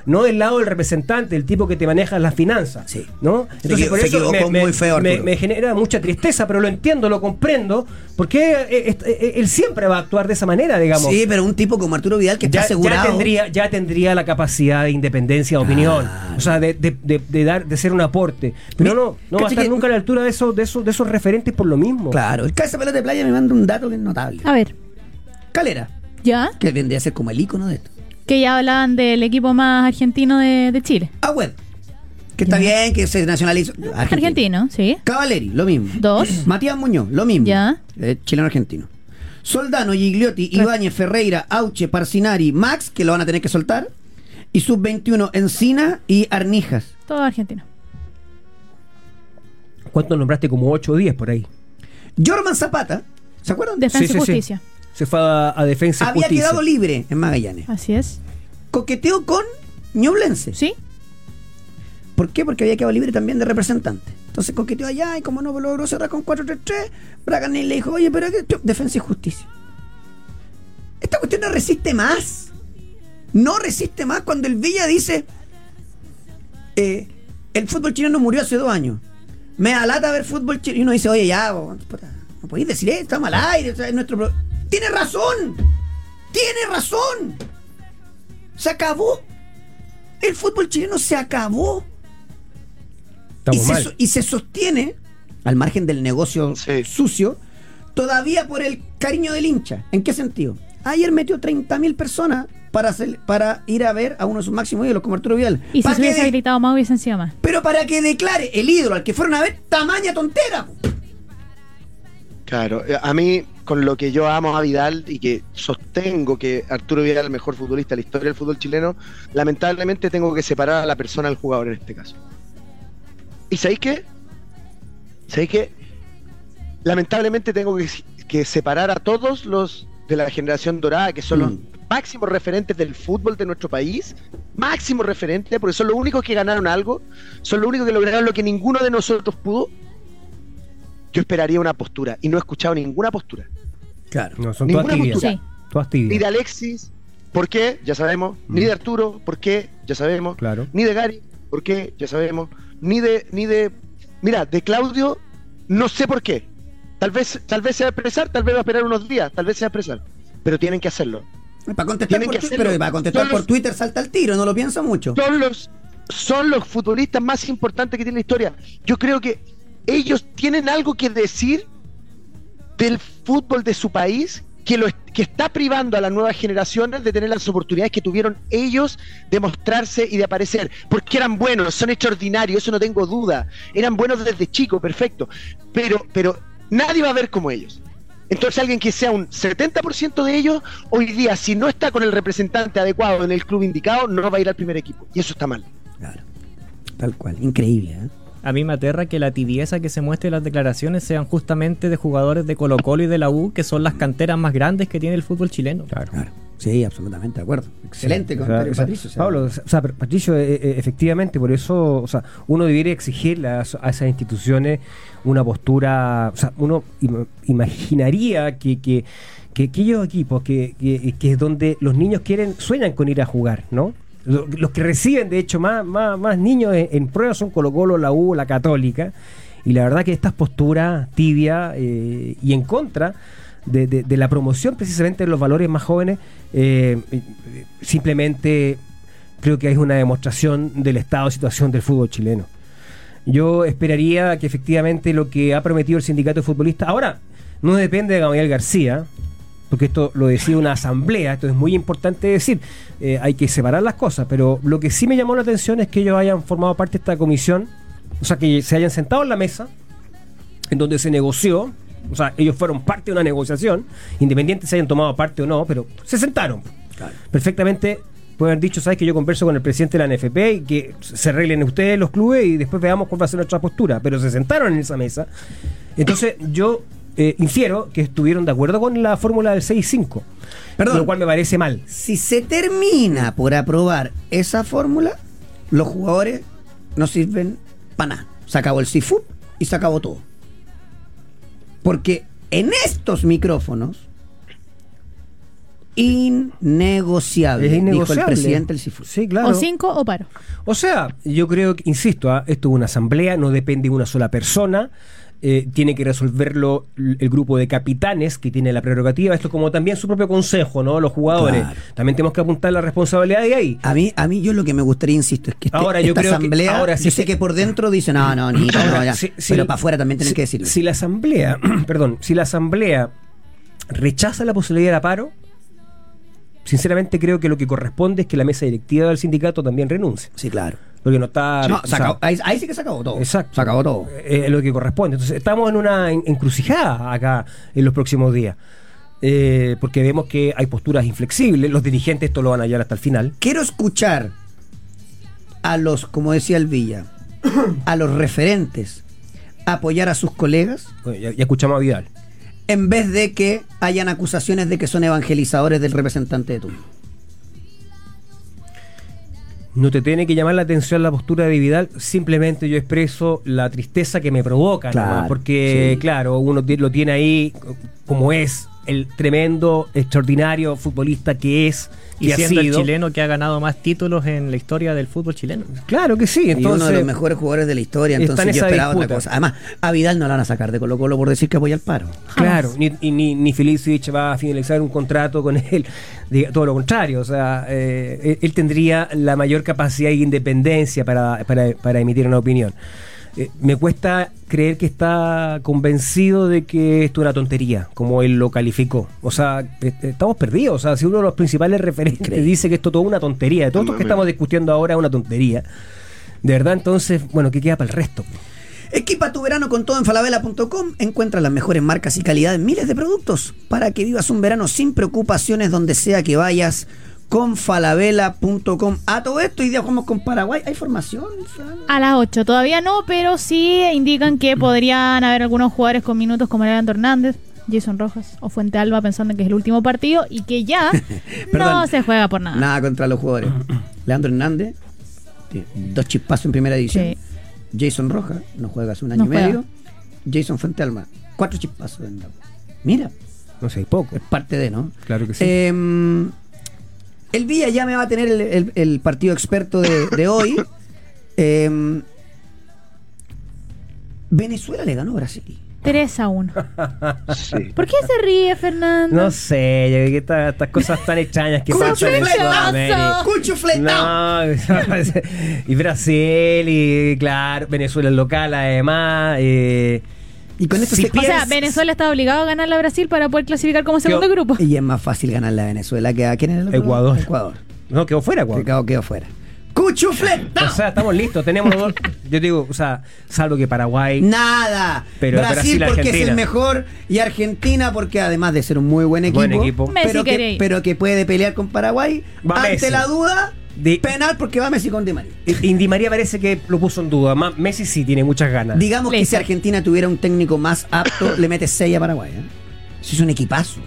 no del lado del representante, el tipo que te maneja las finanzas. Sí. ¿No? Entonces, por se eso equivocó muy feo, Arturo. me genera mucha tristeza, pero lo entiendo, lo comprendo, porque él siempre va a actuar de esa manera, digamos. Sí, pero un tipo como Arturo Vidal que está asegurado. Ya tendría la capacidad de independencia de opinión, o sea, de ser un aporte. Pero no va a estar nunca a la altura de esos referentes por lo mismo. Claro, el Casa Pelota de Playa me manda un dato que es notable. A ver, Calera, ¿ya? que vendría a ser como el ícono de esto. Que ya hablaban del equipo más argentino de Chile. Web, que está bien, que se nacionalizó. Argentino, sí. Cavaleri, lo mismo. 2. Matías Muñoz, lo mismo. Ya. Chileno-argentino. Soldano, Gigliotti, Ibáñez, Ferreira, Auche, Parcinari, Max, que lo van a tener que soltar. Y sub-21, Encina y Arnijas. Todo argentino. ¿Cuántos nombraste? Como 8 o 10 por ahí. Jorman Zapata, ¿se acuerdan? Defensa Sí, y sí, sí. Justicia. Se fue a Defensa y Había Justicia. quedado libre en Magallanes. Así es. Coqueteó con Ñublense. ¿Sí? ¿Por qué? Porque había quedado libre también de representante. Entonces coqueteó allá y como no logró cerrar con 4-3-3, Braganel le dijo, oye, pero ¿qué? Defensa y Justicia. Esta cuestión no resiste más. No resiste más cuando el Villa dice el fútbol chileno murió hace 2 años. Me da lata ver fútbol chileno. Y uno dice, oye, ya, puta, no podéis decir esto, estamos al aire, o sea, es nuestro... ¡Tiene razón! ¡Tiene razón! Se acabó. El fútbol chileno se acabó. Y se sostiene, al margen del negocio sucio, todavía por el cariño del hincha. ¿En qué sentido? Ayer metió 30.000 personas para ir a ver a uno de sus máximos ídolos como Arturo Vidal. Y si se hubiese habilitado más, hubiesen sido más. Pero para que declare el ídolo al que fueron a ver, tamaña tontera. Claro, a mí, con lo que yo amo a Vidal y que sostengo que Arturo Vidal es el mejor futbolista de la historia del fútbol chileno, lamentablemente tengo que separar a la persona del jugador en este caso. ¿Y sabéis qué? ¿Sabéis qué? Lamentablemente tengo que separar a todos los de la generación dorada, que son los máximos referentes del fútbol de nuestro país, máximos referentes, porque son los únicos que ganaron algo, son los únicos que lograron lo que ninguno de nosotros pudo. Yo esperaría una postura, y no he escuchado ninguna postura. Claro. No, son Ninguna todas tibias. postura. Sí. Todas tibias. Ni de Alexis, ¿por qué? Ya sabemos. Ni de Arturo, ¿por qué? Ya sabemos. Claro. Ni de Gary, ¿por qué? Ya sabemos. Ni de mira, de Claudio, no sé por qué. Tal vez se va a expresar, tal vez va a esperar unos días, tal vez se va a expresar. Pero tienen que hacerlo. Para contestar por Twitter, pero para contestar por Twitter salta el tiro, no lo pienso mucho. Son los futbolistas más importantes que tiene la historia. Yo creo que ellos tienen algo que decir del fútbol de su país que está privando a las nuevas generaciones de tener las oportunidades que tuvieron ellos de mostrarse y de aparecer, porque eran buenos, son extraordinarios, eso no tengo duda, eran buenos desde chico, perfecto, pero nadie va a ver como ellos. Entonces alguien que sea un 70% de ellos, hoy día, si no está con el representante adecuado en el club indicado, no va a ir al primer equipo, y eso está mal. Claro, tal cual, increíble, ¿eh? A mí me aterra que la tibieza que se muestre en las declaraciones sean justamente de jugadores de Colo-Colo y de la U, que son las canteras más grandes que tiene el fútbol chileno. Claro. Sí, absolutamente de acuerdo. Excelente Sí, comentario, Patricio. Patricio. Pablo, Patricio, efectivamente, por eso, uno debería exigirle a esas instituciones una postura, uno imaginaría que aquellos equipos que es donde los niños sueñan con ir a jugar, ¿no? Los que reciben, de hecho, más niños en prueba son Colo-Colo, la U, la Católica, y la verdad que estas posturas tibias y en contra de la promoción precisamente de los valores más jóvenes, simplemente creo que es una demostración del estado de situación del fútbol chileno. Yo esperaría que efectivamente lo que ha prometido el sindicato de futbolistas, ahora no depende de Gabriel García, porque esto lo decide una asamblea, esto es muy importante decir, hay que separar las cosas, pero lo que sí me llamó la atención es que ellos hayan formado parte de esta comisión, o sea, que se hayan sentado en la mesa en donde se negoció, o sea, ellos fueron parte de una negociación, independiente se hayan tomado parte o no, pero se sentaron. Claro. Perfectamente pueden haber dicho, sabes que yo converso con el presidente de la NFP y que se arreglen ustedes los clubes y después veamos cuál va a ser nuestra postura, pero se sentaron en esa mesa. Entonces yo infiero que estuvieron de acuerdo con la fórmula del 6-5, lo cual me parece mal. Si se termina por aprobar esa fórmula, los jugadores no sirven para nada. Se acabó el seafood y se acabó todo. Porque en estos micrófonos innegociable, Es dijo el innegociable. presidente del CIFUT. Sí, claro. O 5 o paro. O sea, yo creo que, insisto, esto es una asamblea, no depende de una sola persona. Tiene que resolverlo el grupo de capitanes que tiene la prerrogativa, esto como también su propio consejo, ¿no? Los jugadores. Claro. También tenemos que apuntar la responsabilidad de ahí. A mí yo lo que me gustaría, insisto, es que Ahora, yo esta creo que asamblea, ahora sí yo sé que- que por dentro dicen, no, ni no, ya. Sí, sí, pero para afuera también tienen si- que decirlo. Si la asamblea, perdón, si la asamblea rechaza la posibilidad de paro, sinceramente creo que lo que corresponde es que la mesa directiva del sindicato también renuncie. Sí, claro. Porque no está... No, o se sea, acabó. Ahí sí que se acabó todo. Exacto. Se acabó todo. Es lo que corresponde. Entonces, estamos en una encrucijada acá en los próximos días. Porque vemos que hay posturas inflexibles. Los dirigentes esto lo van a llevar hasta el final. Quiero escuchar a los, como decía el Villa, a los referentes apoyar a sus colegas Bueno, ya escuchamos a Vidal. en vez de que hayan acusaciones de que son evangelizadores del representante de turno. No te tiene que llamar la atención la postura de Vidal, simplemente yo expreso la tristeza que me provoca, Claro, nomás, porque sí. claro, uno lo tiene ahí como es el tremendo, extraordinario futbolista que es Y que ha siendo el sido. chileno que ha ganado más títulos en la historia del fútbol chileno. Claro que sí, Y uno entonces de los mejores jugadores de la historia, está en entonces yo esa esperaba disputa. otra cosa. Además, a Vidal no la van a sacar de Colo Colo por decir que apoya el paro. claro, ni Filipic va a finalizar un contrato con él, todo lo contrario, o sea, él tendría la mayor capacidad e independencia para emitir una opinión. Me cuesta creer que está convencido de que esto es una tontería, como él lo calificó. O sea, estamos perdidos. O sea, si uno de los principales referentes Increíble. dice que esto es toda una tontería, de todo esto que estamos discutiendo ahora es una tontería, de verdad, entonces, bueno, ¿qué queda para el resto? Equipa tu verano con todo en falabella.com. Encuentra las mejores marcas y calidad en miles de productos para que vivas un verano sin preocupaciones donde sea que vayas con falabella.com. A todo esto, y día jugamos con Paraguay. ¿Hay formación, Fran? A las 8 todavía no, pero sí indican que podrían haber algunos jugadores con minutos como Leandro Hernández, Jason Rojas o Fuente Alba, pensando que es el último partido y que ya no Perdón. se juega por nada. Nada contra los jugadores. Leandro Hernández, tiene 2 chispazos en primera división. Sí. Jason Rojas, no juega hace un No año y juega. medio. Jason Fuente Alba, 4 chispazos en la... Mira, No sé, hay poco. es parte de, ¿no? Claro que sí. El Villa ya me va a tener el partido experto de hoy. Venezuela le ganó a Brasil. 3-1. Sí. ¿Por qué se ríe, Fernando? No sé, yo creo que estas cosas tan extrañas que pasan en ¡Sospechoso! Sudamérica. ¡Cucho fletado! No, y Brasil, y claro, Venezuela es local además. Y con esto Si se O sea, pierdes- Venezuela estaba obligado a ganar a Brasil para poder clasificar como segundo Quedó- grupo. Y es más fácil ganar la Venezuela que a quién es el otro? Ecuador. Ecuador. No, quedó fuera, Juan. Que quedó fuera. ¡Cucho fletado! O sea, estamos listos, tenemos dos. Yo digo, o sea, salvo que Paraguay. Nada. Pero Brasil Brasil, porque es Argentina. el mejor y Argentina porque además de ser un muy buen equipo, Buen equipo. Messi pero, quiere ir. pero que puede pelear con Paraguay Va ante Messi. la duda, penal porque va Messi con Di María. Di María parece que lo puso en duda. Messi sí tiene muchas ganas. Digamos que Listo. si Argentina tuviera un técnico más apto, le mete 6 a Paraguay. Eso es un equipazo.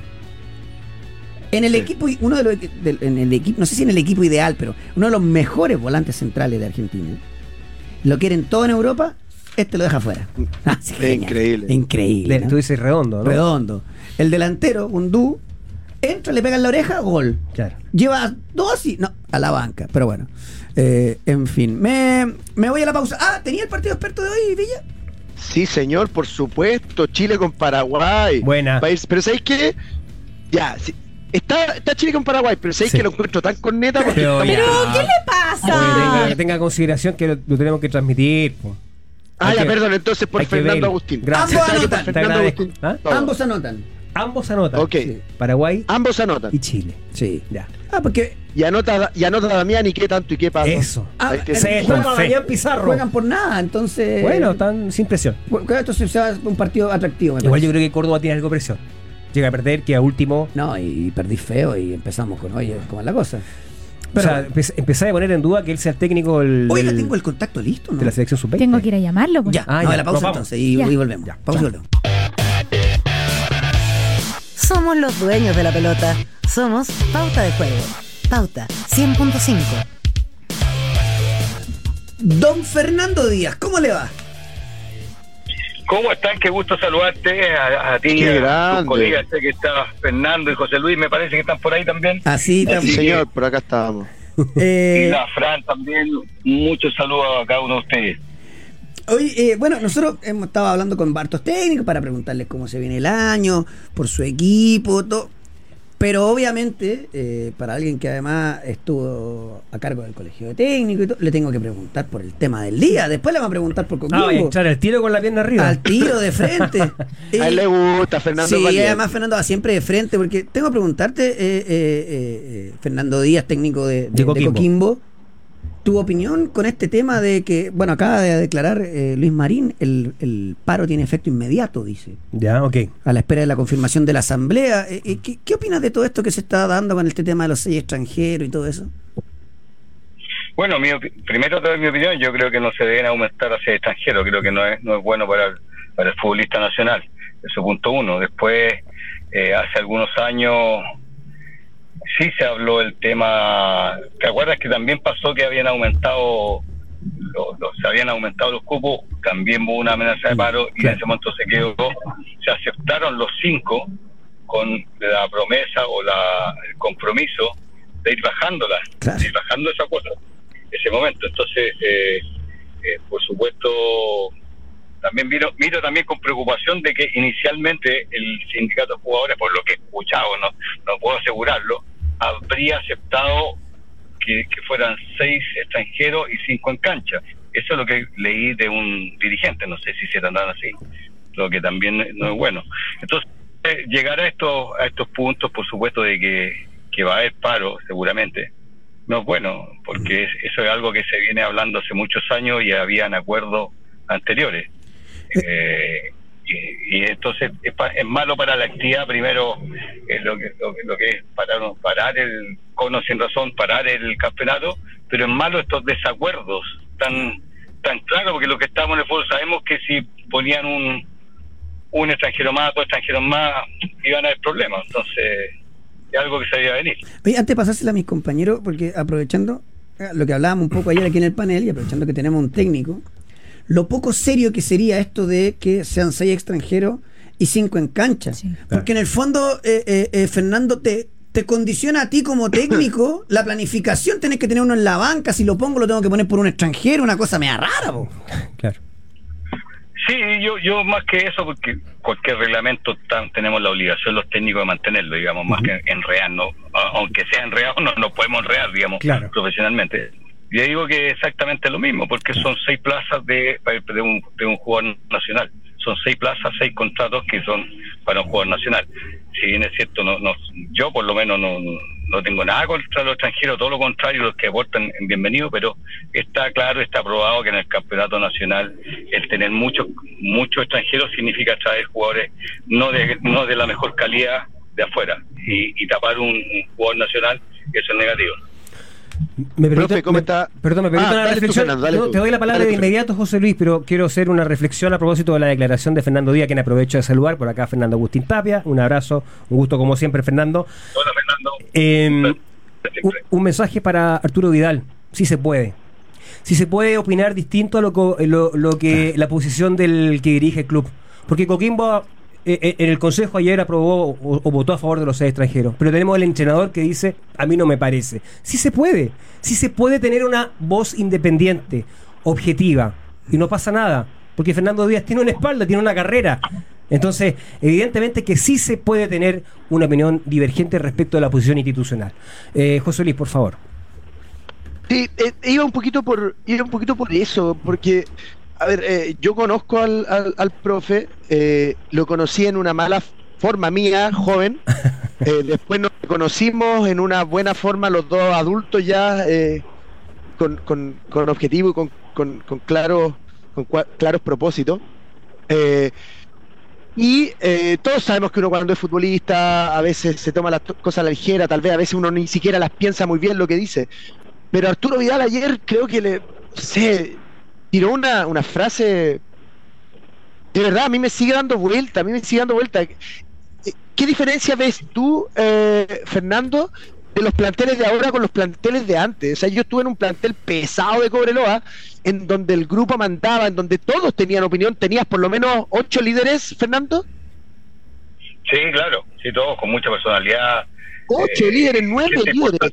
En el equipo, uno de los en el equipo, no sé si en el equipo ideal, pero uno de los mejores volantes centrales de Argentina. Lo quieren todo en Europa, este lo deja fuera. Es increíble. Increíble. ¿no? Tú dices redondo, ¿no? Redondo. El delantero, Undú, entra, le pega en la oreja, gol. Claro. Lleva 2 así, no, a la banca, pero bueno. En fin, me voy a la pausa. Ah, ¿tenía el partido experto de hoy, Villa? Sí, señor, por supuesto. Chile con Paraguay. Buena. País- Pero ¿sabéis qué? Ya, sí, está Chile con Paraguay, pero ¿sabéis Sí. que lo encuentro tan corneta? Porque Pero estamos- ya. ¿Pero qué le pasa? Oye, tenga consideración que lo tenemos que transmitir. Po. Ah, Hay ya, que- perdón, entonces por hay que Fernando verlo. Agustín. Gracias. Ambos ¿Sabes que por anotan. Te Fernando agradezco. Agustín? ¿Ah? Todo. Ambos anotan. Ambos anotan. Ok. Sí. Paraguay Ambos anotan. y Chile. Sí. Ya. Ah, porque Y anota Damián y qué tanto y qué pasa. Eso. Ah, Ahí tiene. Se juegan- juega Damián Pizarro. juegan por nada, entonces. Bueno, están sin presión. Bueno, esto se va a un partido atractivo, me Igual parece. yo creo que Córdoba tiene algo de presión. Llega a perder, que a último. No, y perdí feo y empezamos con, oye, ¿cómo es la cosa? O sea, empecé a poner en duda que él sea el técnico Oiga, tengo el contacto listo, ¿no? de la selección sub-20. Tengo que ir a llamarlo. pues. Ya, Ah, no, ya, la pausa nos vamos. entonces y, Ya. y volvemos. Ya, Pausa y chao. volvemos. Somos los dueños de la pelota. Somos Pauta de Juego. Pauta 100.5. Don Fernando Díaz, ¿cómo le va? ¿Cómo están? Qué gusto saludarte a ti, Qué a tus grande. colegas. Sé que está Fernando y José Luis, me parece que están por ahí también. Así Sí, también. señor, por acá estábamos. Y la Fran también. Muchos saludos a cada uno de ustedes. Oye, bueno, nosotros hemos estado hablando con varios técnicos para preguntarles cómo se viene el año, por su equipo, todo. Pero obviamente, para alguien que además estuvo a cargo del colegio de técnicos y todo, le tengo que preguntar por el tema del día. Después le vamos a preguntar por Voy a Coquimbo. echar el tiro con la pierna arriba. Al tiro de frente. A él le gusta, Fernando. Sí, Valiente. además Fernando va siempre de frente, porque tengo que preguntarte, Fernando Díaz, técnico de Coquimbo, tu opinión con este tema de que, bueno, acaba de declarar Luis Marín, el paro tiene efecto inmediato, dice, Ya, ok. a la espera de la confirmación de la asamblea. ¿Qué opinas de todo esto que se está dando con este tema de los 6 extranjeros y todo eso? Bueno, primero te doy mi opinión. Yo creo que no se deben aumentar hacia extranjeros. Creo que no es bueno para el futbolista nacional. Eso punto uno. Después, hace algunos años sí se habló del tema. ¿Te acuerdas que también pasó que habían aumentado se habían aumentado los cupos? También hubo una amenaza de paro y en ese momento se aceptaron los 5 con la promesa o el compromiso de ir bajándola, Claro. de ir bajando esa cuota ese momento. Entonces, por supuesto, también miro también con preocupación de que inicialmente el sindicato de jugadores, por lo que he escuchado, no puedo asegurarlo, habría aceptado que fueran 6 extranjeros y 5 en cancha. Eso es lo que leí de un dirigente, no sé si se tendrán así, lo que también no es bueno. Entonces, llegar a estos puntos, por supuesto, de que va a haber paro, seguramente, no es bueno, porque eso es algo que se viene hablando hace muchos años y habían acuerdos anteriores. Y entonces es malo para la actividad. Primero, lo que es parar el cono sin razón, parar el campeonato, pero es malo estos desacuerdos tan claros, porque los que estamos en el fútbol sabemos que si ponían un extranjero más, 2 extranjeros más, iban a haber problemas. Entonces es algo que se debía venir. Oye, antes de pasársela a mis compañeros, porque aprovechando lo que hablábamos un poco ayer aquí en el panel y aprovechando que tenemos un técnico, lo poco serio que sería esto de que sean 6 extranjeros y 5 en cancha. Sí. Porque en el fondo, Fernando, te condiciona a ti como técnico la planificación. Tenés que tener uno en la banca. Si lo pongo, lo tengo que poner por un extranjero. Una cosa media rara, po. Claro. Sí, yo más que eso, porque cualquier reglamento tenemos la obligación los técnicos de mantenerlo, digamos, más que enredar, ¿no? Aunque sea enredado, no podemos enredar, digamos, Claro. profesionalmente. Yo digo que es exactamente lo mismo, porque son 6 plazas de un jugador nacional. Son 6 plazas, 6 contratos que son para un jugador nacional. Si bien es cierto, yo por lo menos no tengo nada contra los extranjeros, todo lo contrario, los que aportan bienvenido, pero está claro, está probado que en el campeonato nacional el tener muchos extranjeros significa traer jugadores no de la mejor calidad de afuera, y tapar un jugador nacional, eso es negativo. Profe, ¿cómo está? Perdón, me permite una dale tú, reflexión. Fernando, dale tú. Te doy la palabra Dale de tú. inmediato, José Luis, pero quiero hacer una reflexión a propósito de la declaración de Fernando Díaz, quien aprovecho de saludar. Por acá, Fernando Agustín Tapia. Un abrazo, un gusto como siempre, Fernando. Hola, Fernando. Un mensaje para Arturo Vidal. Sí se puede. Sí se puede opinar distinto a lo que la posición del que dirige el club. Porque Coquimbo en el consejo ayer aprobó o votó a favor de los 6 extranjeros, pero tenemos el entrenador que dice, a mí no me parece. Sí se puede tener una voz independiente, objetiva, y no pasa nada, porque Fernando Díaz tiene una espalda, tiene una carrera. Entonces, evidentemente que sí se puede tener una opinión divergente respecto de la posición institucional. José Luis, por favor. Sí, iba un poquito por eso, porque a ver, yo conozco al profe, lo conocí en una mala forma mía, joven, después nos conocimos en una buena forma los dos adultos ya, con objetivo y con claros propósitos, y todos sabemos que uno cuando es futbolista a veces se toma las cosas a la ligera, tal vez a veces uno ni siquiera las piensa muy bien lo que dice, pero Arturo Vidal ayer creo que tiró una frase, de verdad, a mí me sigue dando vuelta. ¿Qué diferencia ves tú, Fernando, de los planteles de ahora con los planteles de antes. O sea, yo estuve en un plantel pesado de Cobreloa, en donde el grupo mandaba, en donde todos tenían opinión. ¿Tenías por lo menos 8 líderes, Fernando? Sí, claro, sí, todos con mucha personalidad. 8 líderes, 9 líderes.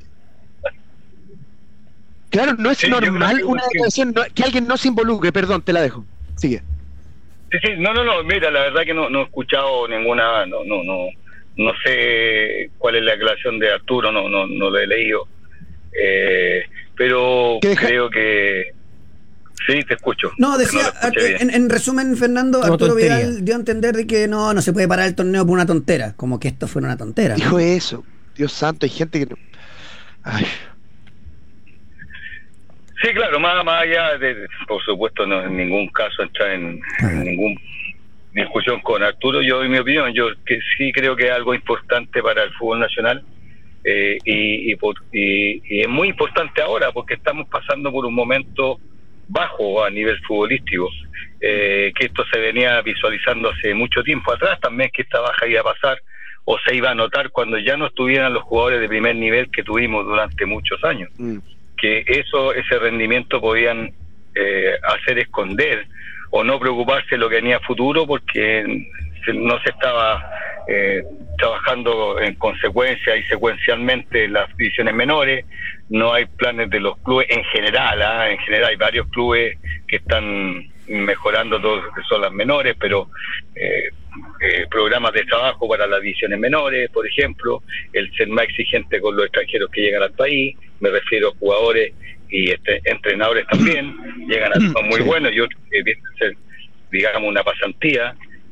Claro, no es normal una declaración que alguien no se involucre. Perdón, te la dejo. Sigue. Sí, no, mira, la verdad que no he escuchado ninguna, no sé cuál es la declaración de Arturo, no lo he leído, pero creo que sí, te escucho. No, decía, en resumen, Fernando, Arturo Vidal dio a entender de que no se puede parar el torneo por una tontera, como que esto fuera una tontera. Dijo eso, Dios santo, hay gente que no... Ay. Sí, claro, más allá de, por supuesto, no en ningún caso entrar en ninguna discusión con Arturo. Yo, en mi opinión, yo que sí creo que es algo importante para el fútbol nacional, y es muy importante ahora porque estamos pasando por un momento bajo a nivel futbolístico, que esto se venía visualizando hace mucho tiempo atrás también, que esta baja iba a pasar o se iba a notar cuando ya no estuvieran los jugadores de primer nivel que tuvimos durante muchos años. Que ese rendimiento podían hacer esconder o no preocuparse de lo que venía futuro, porque no se estaba trabajando en consecuencia y secuencialmente en las divisiones menores. No hay planes de los clubes en general, en general hay varios clubes que están mejorando todo lo que son las menores, pero programas de trabajo para las divisiones menores, por ejemplo, el ser más exigente con los extranjeros que llegan al país, me refiero a jugadores y entrenadores también, llegan a ser muy buenos, y otros que vienen a ser, digamos, una pasantía,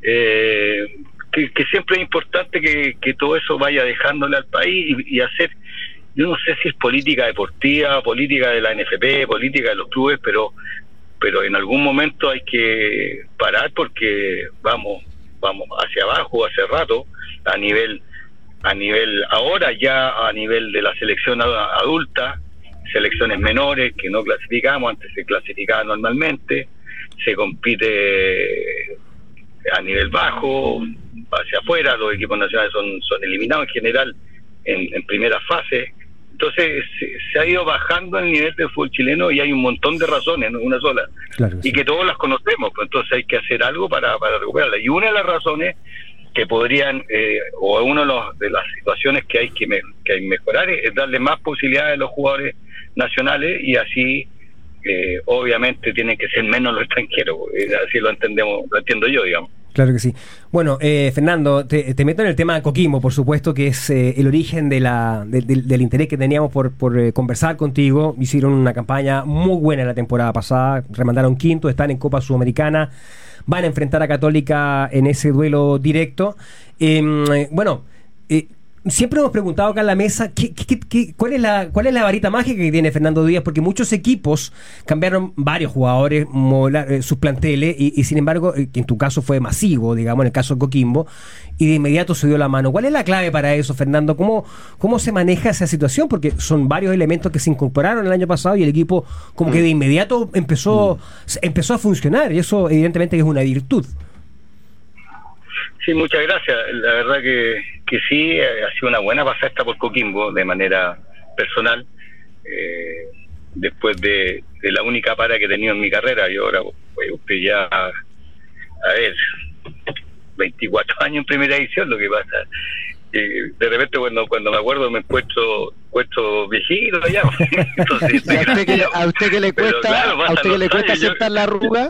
que siempre es importante que todo eso vaya dejándole al país y hacer, yo no sé si es política deportiva, política de la NFP, política de los clubes, pero en algún momento hay que parar porque vamos hacia abajo hace rato, a nivel ahora ya a nivel de la selección adulta, selecciones menores que no clasificamos, antes se clasificaba normalmente, se compite a nivel bajo, hacia afuera, los equipos nacionales son eliminados en general en primera fase. Entonces se ha ido bajando el nivel del fútbol chileno y hay un montón de razones, no una sola, claro, y que todos las conocemos, pues entonces hay que hacer algo para recuperarla. Y una de las razones que podrían, o una de las situaciones que hay que mejorar es darle más posibilidades a los jugadores nacionales, y así obviamente tienen que ser menos los extranjeros, así lo entiendo yo, digamos. Claro que sí. Bueno, Fernando, te meto en el tema de Coquimbo, por supuesto, que es el origen del interés que teníamos por conversar contigo. Hicieron una campaña muy buena la temporada pasada, remandaron quinto, están en Copa Sudamericana, van a enfrentar a Católica en ese duelo directo. Siempre hemos preguntado acá en la mesa cuál es la varita mágica que tiene Fernando Díaz, porque muchos equipos cambiaron varios jugadores, sus planteles, y sin embargo, que en tu caso fue masivo, digamos, en el caso de Coquimbo, y de inmediato se dio la mano. ¿Cuál es la clave para eso, Fernando? ¿Cómo se maneja esa situación? Porque son varios elementos que se incorporaron el año pasado y el equipo como que de inmediato empezó a funcionar, y eso evidentemente es una virtud. Sí, muchas gracias. La verdad que sí, ha sido una buena pasada esta por Coquimbo de manera personal, después de la única para que he tenido en mi carrera. Yo ahora usted ya, a ver, 24 años en primera edición. Lo que pasa, de repente cuando me acuerdo me encuentro viejito ya. Entonces, ¿A usted que le cuesta aceptar la arruga?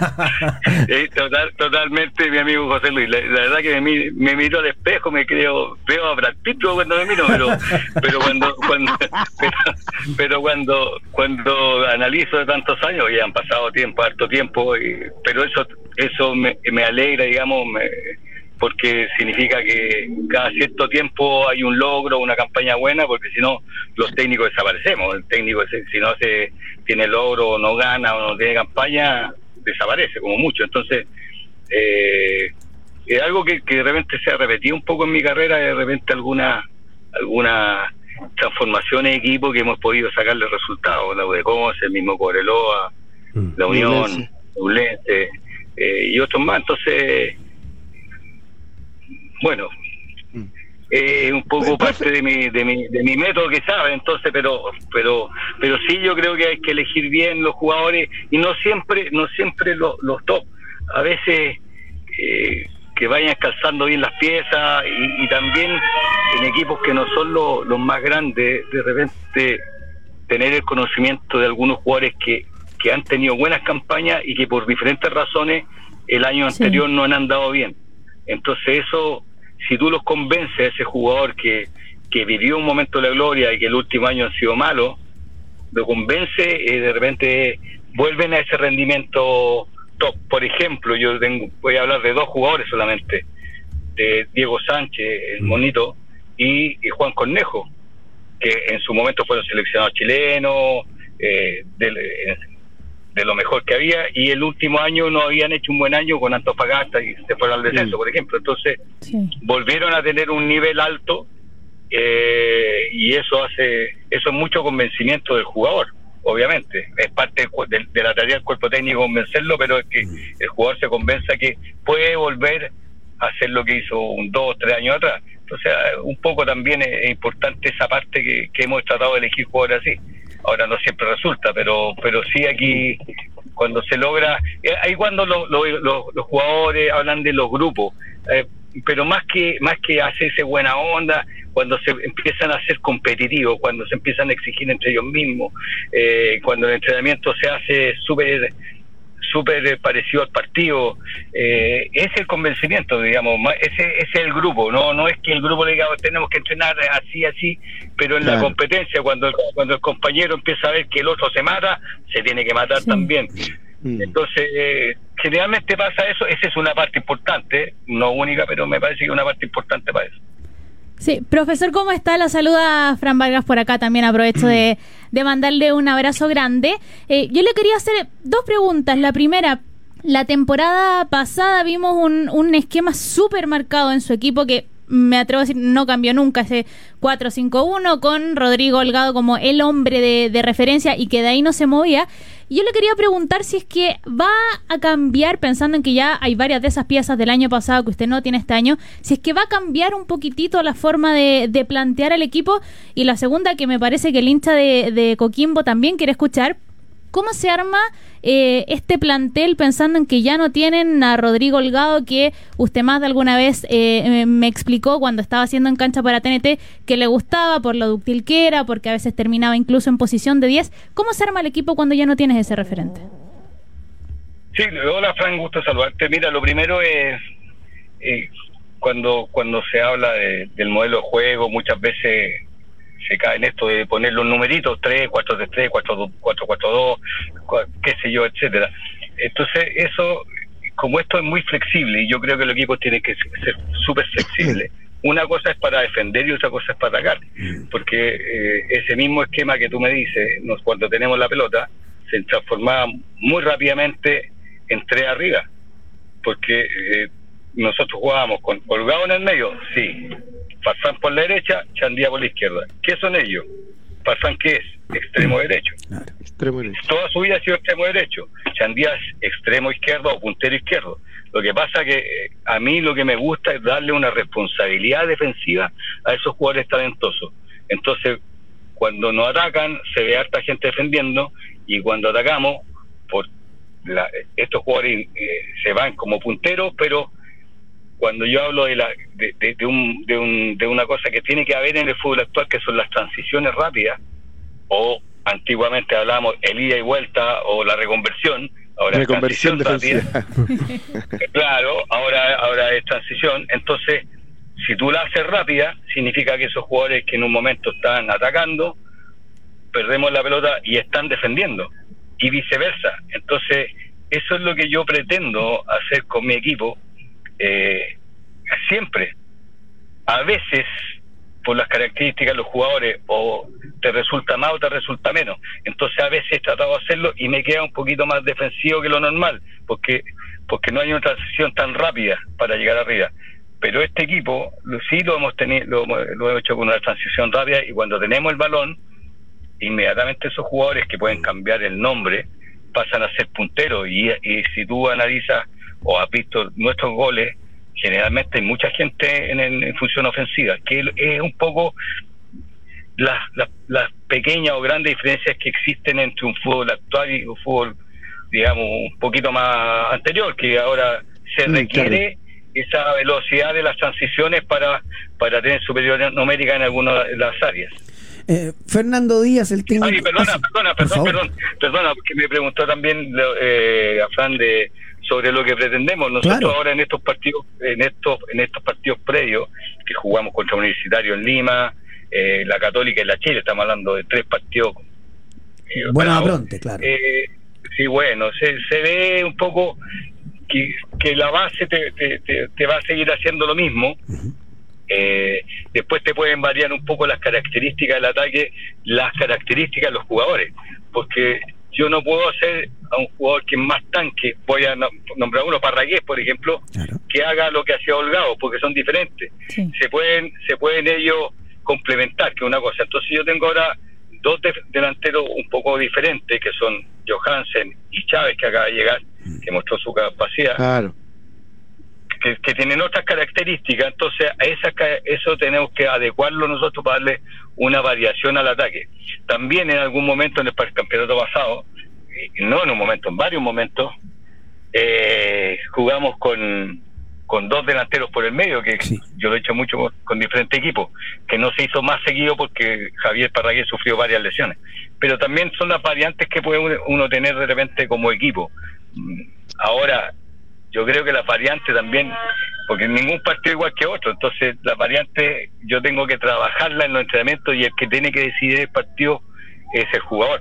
Totalmente, mi amigo José Luis. La verdad que me miro al espejo, veo a Brad Pitt cuando me miro, pero cuando analizo de tantos años, ya han pasado harto tiempo, pero eso me alegra, digamos, porque significa que cada cierto tiempo hay un logro, una campaña buena, porque si no, los técnicos desaparecemos. El técnico, si no tiene logro, o no gana, o no tiene campaña, desaparece, como mucho. Entonces, es algo que de repente se ha repetido un poco en mi carrera, de repente alguna transformación en equipo que hemos podido sacarle resultados, la UDECONCE, el mismo Cobreloa, la Unión, Ñublense, y otros más. Entonces, bueno, un poco parte de mi método que sabe, entonces, pero sí, yo creo que hay que elegir bien los jugadores y no siempre los top, a veces que vayan calzando bien las piezas y también en equipos que no son los más grandes, de repente tener el conocimiento de algunos jugadores que han tenido buenas campañas y que por diferentes razones el año anterior no han andado bien. Entonces eso, si tú los convences a ese jugador que vivió un momento de la gloria y que el último año ha sido malo, lo convence, de repente vuelven a ese rendimiento top. Por ejemplo, voy a hablar de 2 jugadores solamente, de Diego Sánchez, el monito, y Juan Cornejo, que en su momento fueron seleccionados chilenos, de lo mejor que había, y el último año no habían hecho un buen año con Antofagasta y se fueron al descenso, por ejemplo. Entonces volvieron a tener un nivel alto, y eso es mucho convencimiento del jugador, obviamente. Es parte de la tarea del cuerpo técnico convencerlo, pero es que el jugador se convenza que puede volver a hacer lo que hizo 2 o 3 años atrás. Entonces un poco también es importante esa parte que hemos tratado de elegir jugadores así. Ahora no siempre resulta, pero sí aquí cuando se logra, ahí cuando los jugadores hablan de los grupos, pero más que hacerse buena onda, cuando se empiezan a ser competitivos, cuando se empiezan a exigir entre ellos mismos, cuando el entrenamiento se hace súper parecido al partido, es el convencimiento, digamos, ese es el grupo, no es que el grupo le diga tenemos que entrenar así, pero en la competencia, cuando el compañero empieza a ver que el otro se mata, se tiene que matar también. Entonces, generalmente pasa eso. Esa es una parte importante, no única, pero me parece que es una parte importante para eso. Sí, profesor, ¿cómo está? La saluda Fran Vargas por acá. También aprovecho de mandarle un abrazo grande. Yo le quería hacer 2 preguntas. La primera, la temporada pasada vimos un esquema súper marcado en su equipo que me atrevo a decir no cambió nunca, ese 4-5-1 con Rodrigo Holgado como el hombre de referencia y que de ahí no se movía. Y yo le quería preguntar si es que va a cambiar, pensando en que ya hay varias de esas piezas del año pasado que usted no tiene este año, si es que va a cambiar un poquitito la forma de plantear al equipo. Y la segunda, que me parece que el hincha de Coquimbo también quiere escuchar, ¿cómo se arma este plantel pensando en que ya no tienen a Rodrigo Holgado, que usted más de alguna vez me explicó cuando estaba haciendo en cancha para TNT que le gustaba por lo dúctil que era, porque a veces terminaba incluso en posición de 10? ¿Cómo se arma el equipo cuando ya no tienes ese referente? Sí, hola Fran, gusto saludarte. Mira, lo primero es cuando se habla del modelo de juego, muchas veces se cae en esto de poner los numeritos 3, 4-3-3, 4-4-2, qué sé yo, etcétera. Entonces eso, como esto es muy flexible, y yo creo que los equipos tienen que ser súper flexibles. Una cosa es para defender y otra cosa es para atacar, porque ese mismo esquema que tú me dices, cuando tenemos la pelota, se transformaba muy rápidamente en 3 arriba, porque nosotros jugábamos con Holgado en el medio, sí, Farfán por la derecha, Chandía por la izquierda. ¿Qué son ellos? Farfán, ¿qué es? Extremo derecho. Claro, extremo derecho. Toda su vida ha sido extremo derecho. Chandía es extremo izquierdo o puntero izquierdo. Lo que pasa que a mí lo que me gusta es darle una responsabilidad defensiva a esos jugadores talentosos. Entonces, cuando nos atacan, se ve harta gente defendiendo, y cuando atacamos, estos jugadores se van como punteros, pero cuando yo hablo de una cosa que tiene que haber en el fútbol actual, que son las transiciones rápidas, o antiguamente hablábamos el ida y vuelta o la reconversión, ahora reconversión defensiva. Claro, ahora es transición. Entonces, si tú la haces rápida, significa que esos jugadores que en un momento están atacando, perdemos la pelota y están defendiendo, y viceversa. Entonces, eso es lo que yo pretendo hacer con mi equipo. Siempre, a veces por las características de los jugadores, o te resulta más o te resulta menos. Entonces a veces he tratado de hacerlo y me queda un poquito más defensivo que lo normal, porque no hay una transición tan rápida para llegar arriba. Pero este equipo sí lo hemos hecho con una transición rápida, y cuando tenemos el balón, inmediatamente esos jugadores que pueden cambiar el nombre pasan a ser punteros, y si tú analizas o has visto nuestros goles, generalmente hay mucha gente en función ofensiva, que es un poco las pequeñas o grandes diferencias que existen entre un fútbol actual y un fútbol, digamos, un poquito más anterior, que ahora se requiere esa velocidad de las transiciones para tener superioridad numérica en algunas de las áreas. Fernando Díaz, el técnico... Ay, perdona, porque me preguntó también a Fran sobre lo que pretendemos. Nosotros ahora en estos partidos previos, que jugamos contra Universitario en Lima, la Católica y la Chile, estamos hablando de 3 partidos. Bueno, pronto, claro. Sí, bueno, se ve un poco que la base te va a seguir haciendo lo mismo. Después te pueden variar un poco las características del ataque, las características de los jugadores, porque yo no puedo hacer a un jugador que es más tanque, voy a nombrar uno, Parragués, por ejemplo, que haga lo que hacía Holgado, porque son diferentes. Sí. Se pueden ellos complementar, que es una cosa. Entonces yo tengo ahora 2 delanteros un poco diferentes, que son Johansen y Chávez, que acaba de llegar, que mostró su capacidad. Claro. Que tienen otras características, entonces eso tenemos que adecuarlo nosotros para darle una variación al ataque. También en algún momento en el campeonato pasado, no en un momento, en varios momentos, jugamos con 2 delanteros por el medio, que yo lo he hecho mucho con diferentes equipos, que no se hizo más seguido porque Javier Parragués sufrió varias lesiones. Pero también son las variantes que puede uno tener de repente como equipo. Ahora, yo creo que las variantes también, porque ningún partido es igual que otro, entonces las variantes yo tengo que trabajarla en los entrenamientos, y el que tiene que decidir el partido es el jugador.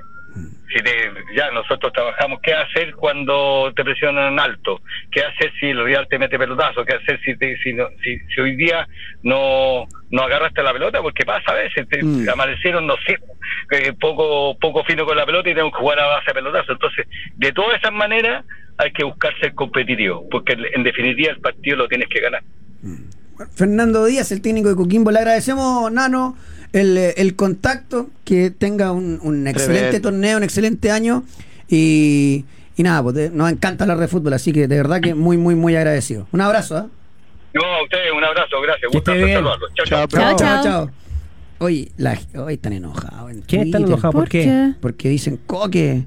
Ya nosotros trabajamos qué hacer cuando te presionan alto, qué hacer si el rival te mete pelotazo, qué hacer si hoy día no agarraste la pelota, porque pasa a veces, amanecieron, no sé, poco fino con la pelota y tengo que jugar a base de pelotazo. Entonces, de todas esas maneras hay que buscar ser competitivo, porque en definitiva el partido lo tienes que ganar. Fernando Díaz, el técnico de Coquimbo, le agradecemos, Nano, el contacto, que tenga un excelente torneo, un excelente año, y nada, pues nos encanta hablar de fútbol, así que de verdad que muy, muy, muy agradecido. Un abrazo, ¿eh? No, a ustedes un abrazo, gracias. Gusto saludarlos. Chao. Hoy están enojados. ¿Quién está enojado? ¿Por qué? Porque dicen Coque.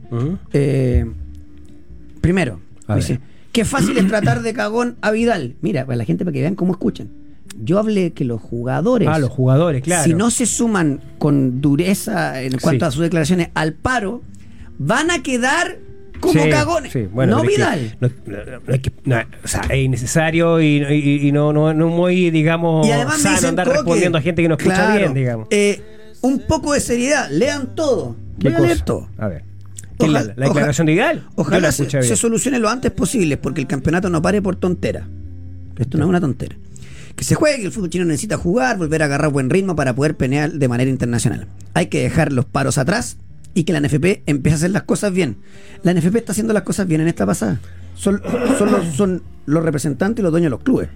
Primero, dice, qué fácil es tratar de cagón a Vidal. Mira, para la gente, para que vean cómo escuchan. Yo hablé que los jugadores, claro, si no se suman con dureza en cuanto a sus declaraciones al paro, van a quedar como cagones. Bueno, no Vidal. O sea, es innecesario y no muy, digamos, sano andar respondiendo a gente que no escucha bien, digamos. Un poco de seriedad, lean todo. Voy a leer todo. A ver. ¿La declaración de Vidal? Ojalá se solucione lo antes posible, porque el campeonato no pare por tontera. Esto no es una tontera. Que se juegue, que el fútbol chileno necesita jugar, volver a agarrar buen ritmo para poder pelear de manera internacional. Hay que dejar los paros atrás y que la NFP empiece a hacer las cosas bien. La NFP está haciendo las cosas bien en esta pasada. Son los representantes y los dueños de los clubes.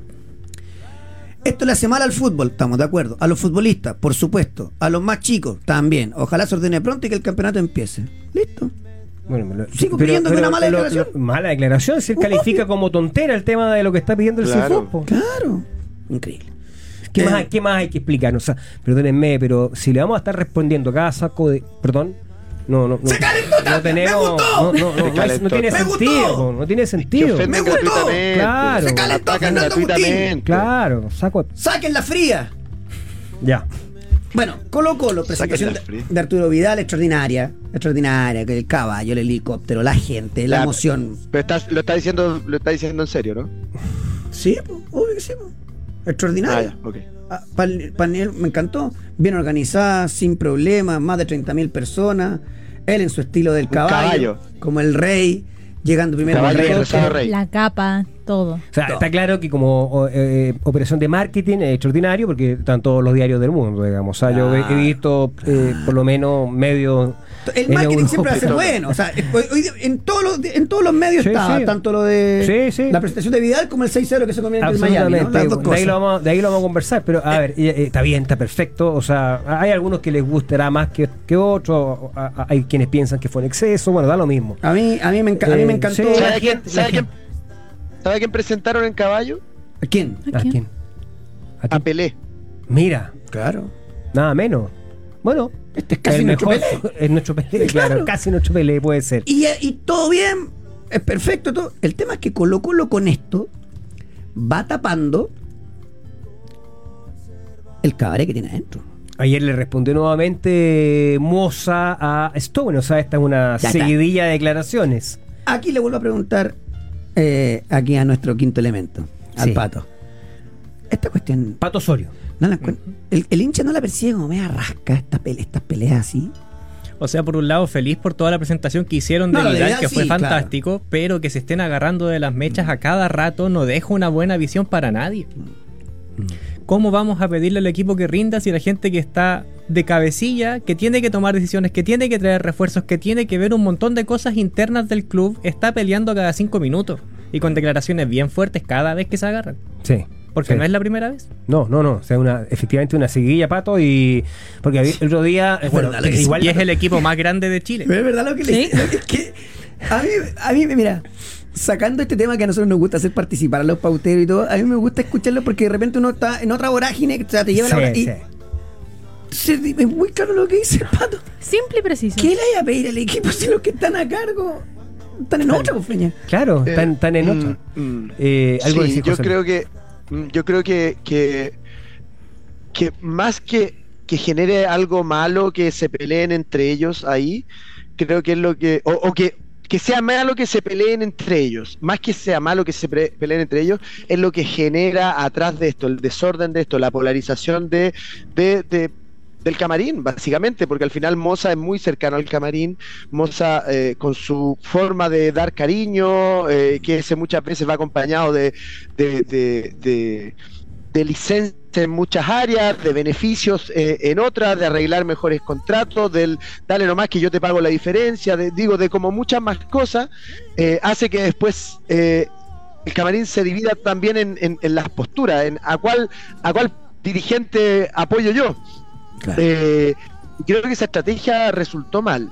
Esto le hace mal al fútbol, estamos de acuerdo. A los futbolistas, por supuesto. A los más chicos, también. Ojalá se ordene pronto y que el campeonato empiece. Listo. Bueno, sigo creyendo que una mala declaración. Mala declaración, se califica como tontera el tema de lo que está pidiendo el CIFUP. Claro. Increíble. ¿Qué más hay que explicar? O sea, perdónenme, pero si le vamos a estar respondiendo cada saco de... Perdón. No tenemos... No tiene sentido. No tiene sentido. Me gustó. Claro. Se calentó gratuitamente. Claro. Saquen la fría. Ya. Bueno, Colo-Colo, presentación de Arturo Vidal, extraordinaria, que el caballo, el helicóptero, la gente, la emoción. Pero lo está diciendo en serio, ¿no? Sí, pues, obvio que sí, pues. Extraordinaria. Okay. Panel me encantó, bien organizada, sin problemas, más de 30.000 personas, él en su estilo del caballo, como el rey, llegando primero al rey. La capa, todo. O sea, está claro que como operación de marketing es extraordinario, porque están todos los diarios del mundo, digamos. O sea, yo he visto por lo menos medio... El marketing siempre va a ser bueno. O sea, en todos los medios está, tanto lo de la presentación de Vidal como el 6-0 que se comió en el Miami, ¿no? Las dos cosas. De ahí lo vamos a conversar, pero a ver, está bien, está perfecto. O sea, hay algunos que les gustará más que otros, hay quienes piensan que fue en exceso, bueno, da lo mismo. A mí me encantó. ¿Sabe quién presentaron en caballo? ¿A quién? ¿A ¿A quién? quién? ¿A A quién? Pelé. Mira, Claro. nada menos. Bueno, Este es casi el nuestro mejor Pelé. es nuestro Pelé, claro, Claro. casi nuestro Pelé puede ser. Y todo bien, es perfecto todo. El tema es que Colo-Colo con esto va tapando el cabaret que tiene adentro. Ayer le respondió nuevamente Moza a Stone, o sea, esta es una Ya está. seguidilla de declaraciones. Aquí le vuelvo a preguntar aquí a nuestro quinto elemento, al Sí. Pato. Esta cuestión, Pato Osorio. no la el hincha no la persigue como media rasca estas peleas así. O sea, por un lado, feliz por toda la presentación que hicieron No, de lo de Vidal, Vidal que fue sí, fantástico, pero que se estén agarrando de las mechas a cada rato no deja una buena visión para nadie. ¿Cómo vamos a pedirle al equipo que rinda si la gente que está de cabecilla, que tiene que tomar decisiones, que tiene que traer refuerzos, que tiene que ver un montón de cosas internas del club, está peleando cada 5 minutos y con declaraciones bien fuertes cada vez que se agarran? Sí. Porque Sí. no es la primera vez. No. O sea, efectivamente una seguidilla, Pato, y porque el otro día, bueno, verdad, lo que igual Y es el equipo más grande de Chile. Pero es verdad lo que le es que a mí, mira, sacando este tema que a nosotros nos gusta hacer participar a los pauteros y todo, a mí me gusta escucharlo porque de repente uno está en otra vorágine, o sea, te lleva la hora Sí, y sí. es muy claro lo que dice el Pato. Simple y preciso. ¿Qué le hay a pedir al equipo si los que están a cargo están en otra, pues, Feña? Claro, están en otro. Algo Sí, decir, yo José. creo que más que genere algo malo que se peleen entre ellos ahí, creo que es lo que o que sea malo que se peleen entre ellos, más que sea malo que se peleen entre ellos, es lo que genera atrás de esto, el desorden de esto, la polarización del camarín, básicamente, porque al final Moza es muy cercano al camarín. Moza, con su forma de dar cariño, que ese muchas veces va acompañado de licencia en muchas áreas, de beneficios en otras, de arreglar mejores contratos, del dale nomás que yo te pago la diferencia, de como muchas más cosas, hace que después el camarín se divida también en las posturas, en a cuál dirigente apoyo yo. Claro. Creo que esa estrategia resultó mal.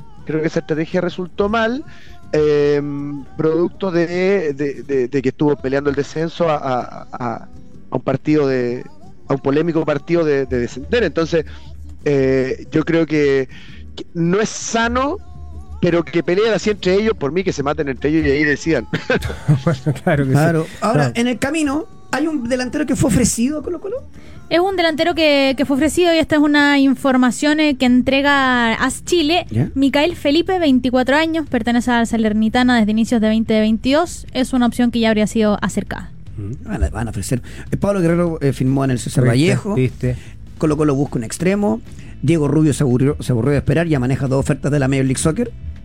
Producto de que estuvo peleando el descenso a un partido a un polémico partido de descender. Entonces, yo creo que no es sano, pero que peleen así entre ellos, por mí que se maten entre ellos y ahí decidan. Bueno, claro que Claro. sí. Ahora, No. en el camino, hay un delantero que fue ofrecido a Colo-Colo. Es un delantero que fue ofrecido y esta es una información que entrega AS Chile. ¿Ya? Micael Felipe, 24 años, pertenece a la Salernitana desde inicios de 2022. Es una opción que ya habría sido acercada. Van a ofrecer. Pablo Guerrero firmó en el César ¿Viste? Vallejo. ¿Viste? Colo-Colo busca un extremo. Diego Rubio se aburrió de esperar, ya maneja 2 ofertas de la Major League Soccer.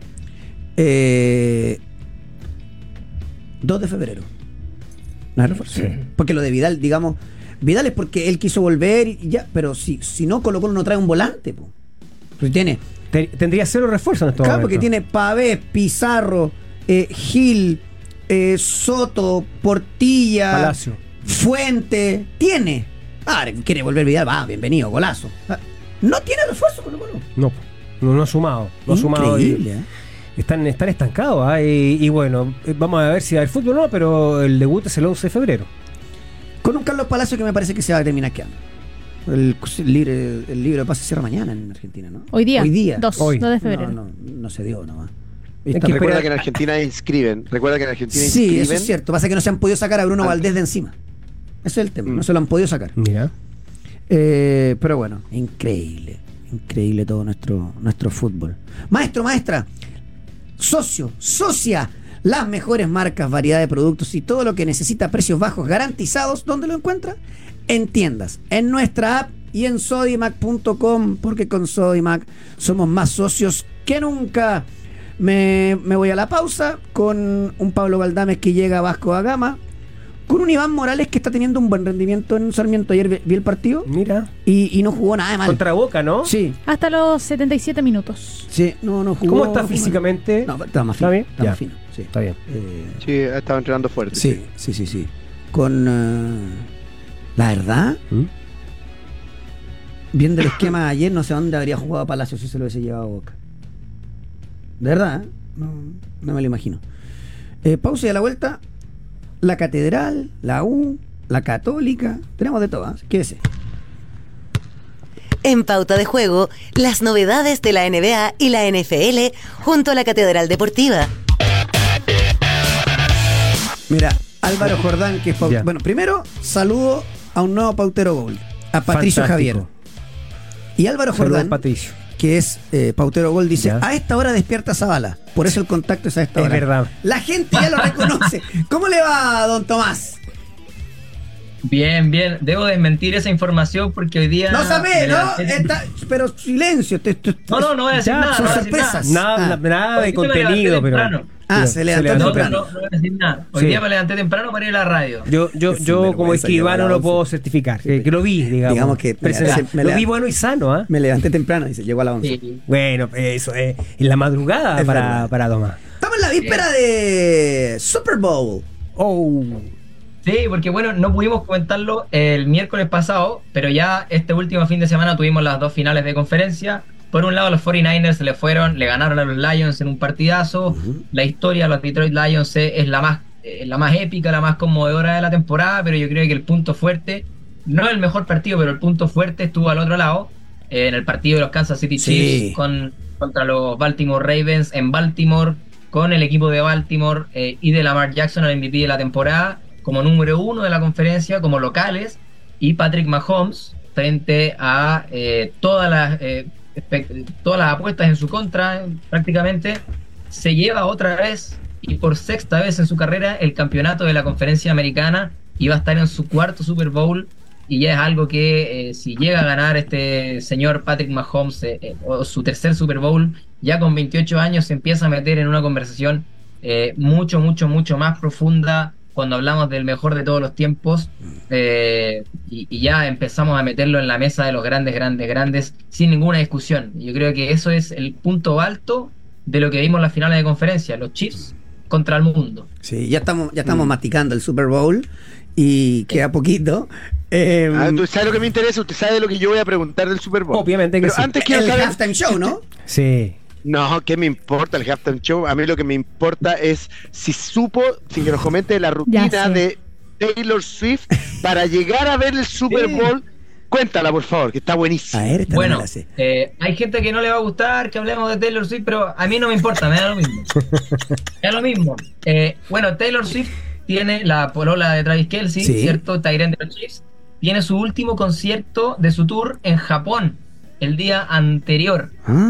2 de febrero. No hay refuerzo. Sí. Porque lo de Vidal, digamos, Vidal es porque él quiso volver y ya, pero si no, Colo-Colo no trae un volante, po. Pues tiene, Tendría 0 refuerzos en estos claro, momentos. porque tiene Pavés, Pizarro, Gil, Soto, Portilla, Palacio. Fuente, tiene. Quiere volver Vidal, va, bienvenido, golazo. No tiene refuerzo Colo-Colo. No ha sumado. No ha sumado. Increíble, ¿eh? Están estancados. Y bueno, vamos a ver si va a haber fútbol o no, pero el debut es el 11 de febrero. Con un Carlos Palacio que me parece que se va a terminar quedando. El libre de pase cierra mañana en Argentina, ¿no? Hoy día. Hoy. 2 de febrero. No se dio nomás. Hay que Recuerda esperar. que en Argentina inscriben. Sí, eso es cierto. Pasa que no se han podido sacar a Bruno Valdés de encima. Ese es el tema. No se lo han podido sacar. Mira. Pero bueno, increíble todo nuestro fútbol. Maestro, maestra, socio, socia, las mejores marcas, variedad de productos y todo lo que necesita a precios bajos garantizados. ¿Dónde lo encuentra? En tiendas, en nuestra app y en sodimac.com, porque con Sodimac somos más socios que nunca. Me voy a la pausa con un Pablo Galdames que llega a Vasco da Gama, con un Iván Morales que está teniendo un buen rendimiento en Sarmiento. Ayer vi el partido Mira. y no jugó nada de mal. Contra Boca, ¿no? Sí, Hasta los 77 minutos. sí, no jugó. ¿Cómo está no jugó físicamente? mal. No, está más ¿Está fino. bien? Está Ya. más fino, sí. Está bien. Sí, ha estado entrenando fuerte. Sí. Con la verdad, ¿Mm? viendo el esquema de ayer, no sé dónde habría jugado Palacio si se lo hubiese llevado a Boca. De verdad, ¿eh? No me lo imagino. Pausa y a la vuelta, la Catedral, la U, la Católica, tenemos de todas. Quédese. En Pauta de Juego, las novedades de la NBA y la NFL junto a la Catedral Deportiva. Mira, Álvaro Jordán, que es Ya. bueno, primero saludo a un nuevo pautero Gold, a Patricio Fantástico. Javier. Y Álvaro Saludos, Jordán, Patricio. que es pautero Gold, dice: Ya. a esta hora despierta Zavala. Por eso el contacto es a esta Es hora. verdad. La gente ya lo reconoce. ¿Cómo le va, don Tomás? Bien, bien. Debo desmentir esa información porque hoy día. No me sabe, ¿no? levanté- Pero silencio. No voy a decir Ya, nada. son no voy a decir nada. sorpresas. Nada Hoy de día me levanté contenido, pero. temprano. Se levantó No, temprano. no voy a decir nada. Hoy Sí. día me levanté temprano para ir a la radio. Yo como sinvergüenza, escribano lleva la lo puedo once. certificar, que lo vi, digamos. Digamos que Presencial. me Lo la- vi bueno y sano, ¿ah? Me levanté temprano, dice, llegó a la 11. Sí. Bueno, eso es en la madrugada Es verdad. para Tomás. Estamos en la víspera de Super Bowl. Oh, Sí, porque bueno, no pudimos comentarlo el miércoles pasado, pero ya este último fin de semana tuvimos las dos finales de conferencia. Por un lado, los 49ers le ganaron a los Lions en un partidazo. La historia de los Detroit Lions es la más épica, la más conmovedora de la temporada, pero yo creo que el punto fuerte, no el mejor partido, pero el punto fuerte estuvo al otro lado, en el partido de los Kansas City Sí. Chiefs contra los Baltimore Ravens en Baltimore, con el equipo de Baltimore y de Lamar Jackson, el MVP de la temporada, como número 1 de la conferencia, como locales, y Patrick Mahomes frente a todas las apuestas en su contra, prácticamente, se lleva otra vez y por sexta vez en su carrera el campeonato de la conferencia americana y va a estar en su cuarto Super Bowl, y ya es algo que si llega a ganar este señor Patrick Mahomes o su tercer Super Bowl, ya con 28 años se empieza a meter en una conversación mucho más profunda cuando hablamos del mejor de todos los tiempos, y ya empezamos a meterlo en la mesa de los grandes, sin ninguna discusión. Yo creo que eso es el punto alto de lo que vimos en las finales de conferencia, los Chiefs contra el mundo. Sí, ya estamos masticando el Super Bowl y queda poquito. ¿Tú sabes lo que me interesa? ¿Usted sabe lo que yo voy a preguntar del Super Bowl? Obviamente que Pero sí. antes quiero el saber... halftime show, ¿no? sí. No, ¿qué me importa el halftime show? A mí lo que me importa es si que nos comente la rutina Ya sé. de Taylor Swift para llegar a ver el Super Bowl. Cuéntala, por favor, que está buenísima. A ver, esta no Bueno, me la sé. hay gente que no le va a gustar que hablemos de Taylor Swift, pero a mí no me importa, me da lo mismo. Me da lo mismo. Bueno, Taylor Swift tiene la polola de Travis Kelce, Sí. ¿cierto? Tyrant de los Chiefs. Tiene su último concierto de su tour en Japón, el día anterior.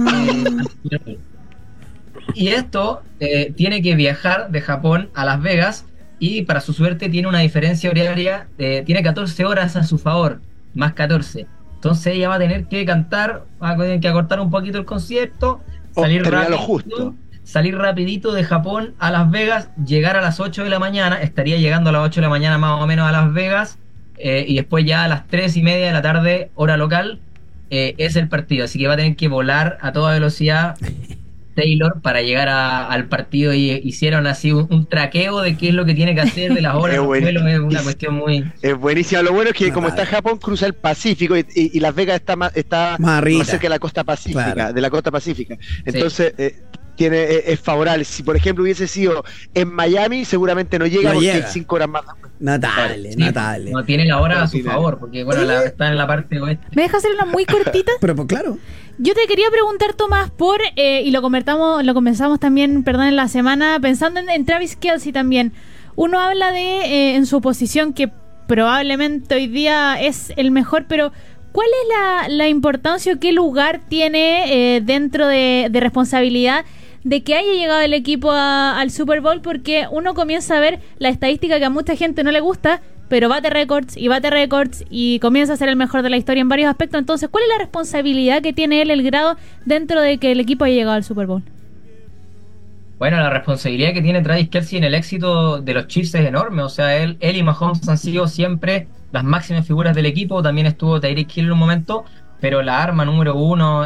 Y esto tiene que viajar de Japón a Las Vegas, y para su suerte tiene una diferencia horaria, tiene 14 horas a su favor, más 14. Entonces ella va a tener que cantar, va a tener que acortar un poquito el concierto, Terminarlo justo. salir rapidito de Japón a Las Vegas, llegar a las 8 de la mañana, estaría llegando a las 8 de la mañana más o menos a Las Vegas, y después ya a las 3:30 de la tarde, hora local, es el partido. Así que va a tener que volar a toda velocidad Taylor para llegar al partido, y hicieron así un traqueo de qué es lo que tiene que hacer, de las horas Es de vuelo. Es una buenísimo. cuestión muy... Es buenísima. Lo bueno es que como Notable. está Japón, cruza el Pacífico, y Las Vegas está Más arriba. cerca de la costa pacífica, Claro. de la costa pacífica. Entonces, es favorable. Si por ejemplo hubiese sido en Miami, seguramente no llega No porque llega. hay 5 horas más. Notable, Sí, notable. no tiene la hora a su Ordinario. favor, porque bueno, está en la parte oeste. ¿Me dejas hacer una muy cortita? Pero pues claro. Yo te quería preguntar, Tomás, y lo comenzamos también, perdón, en la semana, pensando en Travis Kelce también. Uno habla de, en su posición, que probablemente hoy día es el mejor, pero ¿cuál es la importancia o qué lugar tiene dentro de responsabilidad de que haya llegado el equipo al Super Bowl? Porque uno comienza a ver la estadística que a mucha gente no le gusta, pero bate récords y comienza a ser el mejor de la historia en varios aspectos. Entonces, ¿cuál es la responsabilidad que tiene él, el grado, dentro de que el equipo haya llegado al Super Bowl? Bueno, la responsabilidad que tiene Travis Kelce en el éxito de los Chiefs es enorme. O sea, él y Mahomes han sido siempre las máximas figuras del equipo. También estuvo Tyreek Hill en un momento, pero la arma número uno,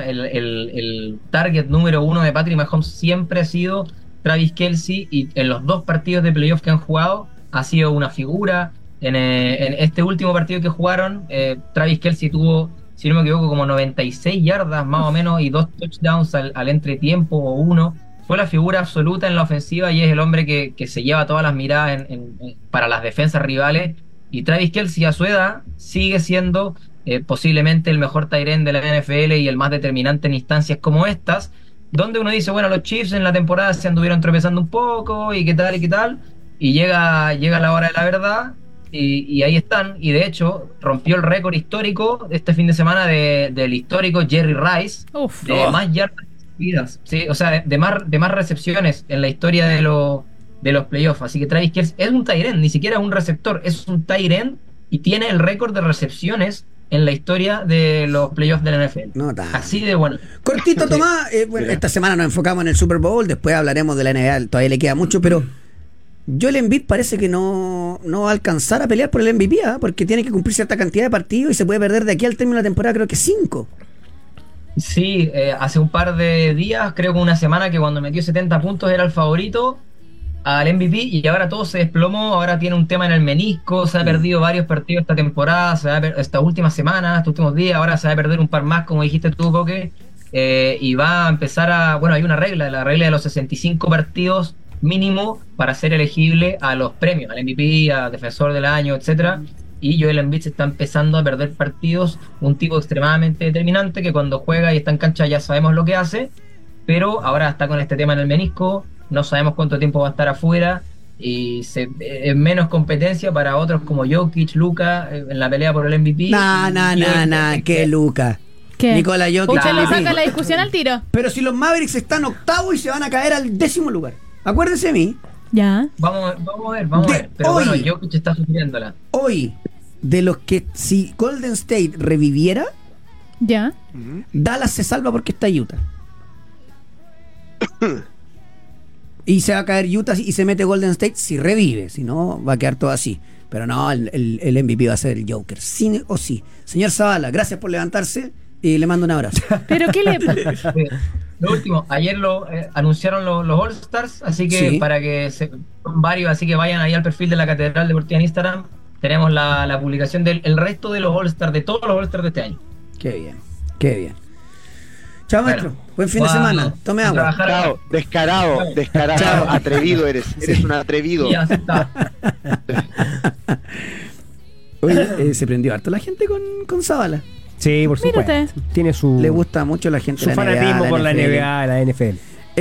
el target número uno de Patrick Mahomes siempre ha sido Travis Kelce, y en los dos partidos de playoff que han jugado ha sido una figura. En este último partido que jugaron, Travis Kelce tuvo, si no me equivoco, como 96 yardas más o menos y 2 touchdowns al entretiempo o uno. Fue la figura absoluta en la ofensiva y es el hombre que se lleva todas las miradas para las defensas rivales. Y Travis Kelce a su edad sigue siendo posiblemente el mejor tight end de la NFL y el más determinante en instancias como estas, donde uno dice, bueno, los Chiefs en la temporada se anduvieron tropezando un poco y qué tal, y llega la hora de la verdad y ahí están, y de hecho rompió el récord histórico este fin de semana del histórico Jerry Rice, Uf. de más yardas recibidas, ¿sí? O sea, de más recepciones en la historia de los playoffs. Así que Travis Kelce es un tight end, ni siquiera es un receptor, es un tight end y tiene el récord de recepciones en la historia de los playoffs de la NFL. No tanto. Así de bueno. Cortito, Tomás. Bueno, esta semana nos enfocamos en el Super Bowl, después hablaremos de la NBA, todavía le queda mucho, pero Joel Embiid parece que no va a alcanzar a pelear por el MVP, porque tiene que cumplir cierta cantidad de partidos y se puede perder de aquí al término de la temporada, creo que 5. Sí, hace un par de días, creo que una semana, que cuando metió 70 puntos era el favorito al MVP y ahora todo se desplomó. Ahora tiene un tema en el menisco, se ha perdido varios partidos esta temporada, esta última semana, estos últimos días. Ahora se va a perder un par más, como dijiste tú, Coque, y va a empezar bueno, hay una regla, la regla de los 65 partidos mínimo para ser elegible a los premios, al MVP, a Defensor del Año, etcétera. Y Joel Embiid se está empezando a perder partidos, un tipo extremadamente determinante que cuando juega y está en cancha ya sabemos lo que hace, pero ahora está con este tema en el menisco, no sabemos cuánto tiempo va a estar afuera y es menos competencia para otros como Jokic, Luka en la pelea por el MVP. ¿Qué Luka? ¿Qué? Nikola Jokic. Usted le saca la discusión al tiro. Pero si los Mavericks están octavos y se van a caer al 10º lugar. Acuérdense de mí. Ya. Vamos a ver. Pero hoy, bueno, Jokic está sufriéndola. Hoy, de los que si Golden State reviviera, Ya. Dallas se salva porque está Utah. Y se va a caer Utah y se mete Golden State si revive, si no va a quedar todo así. Pero no, el MVP va a ser el Joker, sí o sí. Señor Zavala, gracias por levantarse y le mando un abrazo. Pero ¿qué le Lo último, ayer anunciaron los All-Stars, así que Sí. para que son varios, así que vayan ahí al perfil de la Catedral Deportiva en Instagram. Tenemos la publicación del resto de los All-Stars, de todos los All-Stars de este año. Qué bien, qué bien. Chao, Bueno, maestro. Buen fin de semana. Tome a agua. trabajar. Chao, descarado, Chao. atrevido eres un atrevido. Ya, así está. Oye, se prendió harto la gente con Zavala. Sí, por Mira supuesto. usted. Tiene su, Le gusta mucho la gente su de la NBA, fanatismo por la NFL. NBA, la NFL.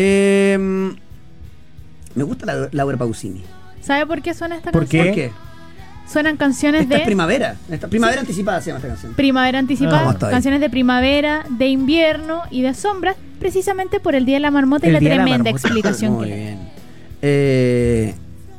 Me gusta Laura Pausini. ¿Sabe por qué suena esta ¿Por canción? ¿Por qué? Suenan canciones Esta de es primavera. Primavera anticipada se llama esta canción. primavera anticipada, Vamos todavía. canciones de primavera, de invierno y de sombras, precisamente por el Día de la Marmota y El la Día de la tremenda Marmota. explicación Muy que le- bien.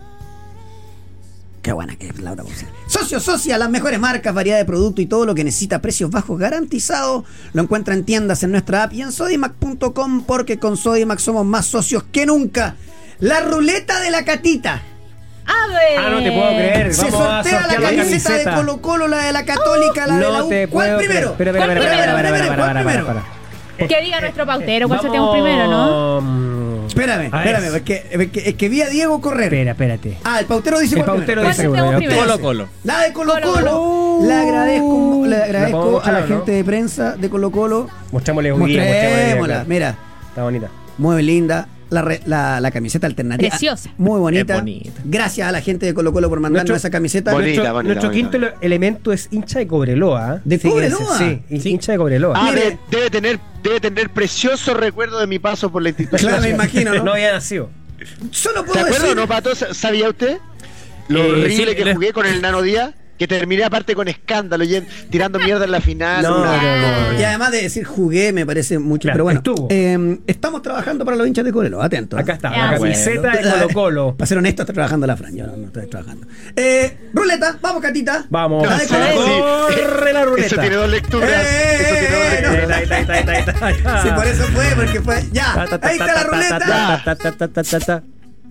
Qué buena que es Laura Pausini. Socia, las mejores marcas, variedad de producto y todo lo que necesita a precios bajos garantizados. Lo encuentra en tiendas, en nuestra app y en sodimac.com, porque con Sodimac somos más socios que nunca. La ruleta de la Catita. A ver. Ah, no te puedo creer. Se Vamos a sortea la sortear la camiseta de camiseta. Colo Colo, la de la Católica, la de la No U. te ¿Cuál puedo primero? creer. ¿Cuál primero? ¿Cuál Que diga nuestro pautero, ¿cuál sorteamos primero, no? Espérame, A ver. porque es que vi a Diego correr. Espérate. Ah, el pautero dice El cuál pautero primero. dice ¿Cuál uno. sorteamos primero? Colo. La de Colo Colo Colo. Colo. Le agradezco ¿La podemos a mostrar la o no? gente de prensa de Colo Colo. Mostrémosle un guía, Mostrémosla. Mira, Está bonita. muy linda. La camiseta alternativa. Preciosa. Muy bonita. Es bonita. Gracias a la gente de Colo Colo por mandarnos Nuestro- esa camiseta. Bonita. Nuestro quinto elemento es hincha de Cobreloa. ¿De Fíjense, Cobreloa? Sí, hincha de Cobreloa. Ah, Mire. debe tener precioso recuerdo de mi paso por la institución. Claro, me imagino, ¿no? No había nacido. Solo ¿Se puedo acuerda o decir. no, Pato? ¿Sabía usted? Lo horrible sí, que jugué con el Nano Díaz, que terminé aparte con escándalo, tirando mierda en la final. No, Y además de decir jugué, me parece mucho. Claro, pero bueno, estuvo. estamos trabajando para los hinchas de Colo, atentos. Acá está, Ah, la camiseta de Colo Colo. Para ser honesto, está trabajando la Fran. Yo no estoy trabajando. Ruleta, vamos, Catita. Vamos. La de Colo Sí, Colo. Corre la ruleta. Eso tiene dos lecturas. Eso tiene dos no. lecturas. Ahí Sí, por eso fue, porque fue. Ya, ahí está la ruleta.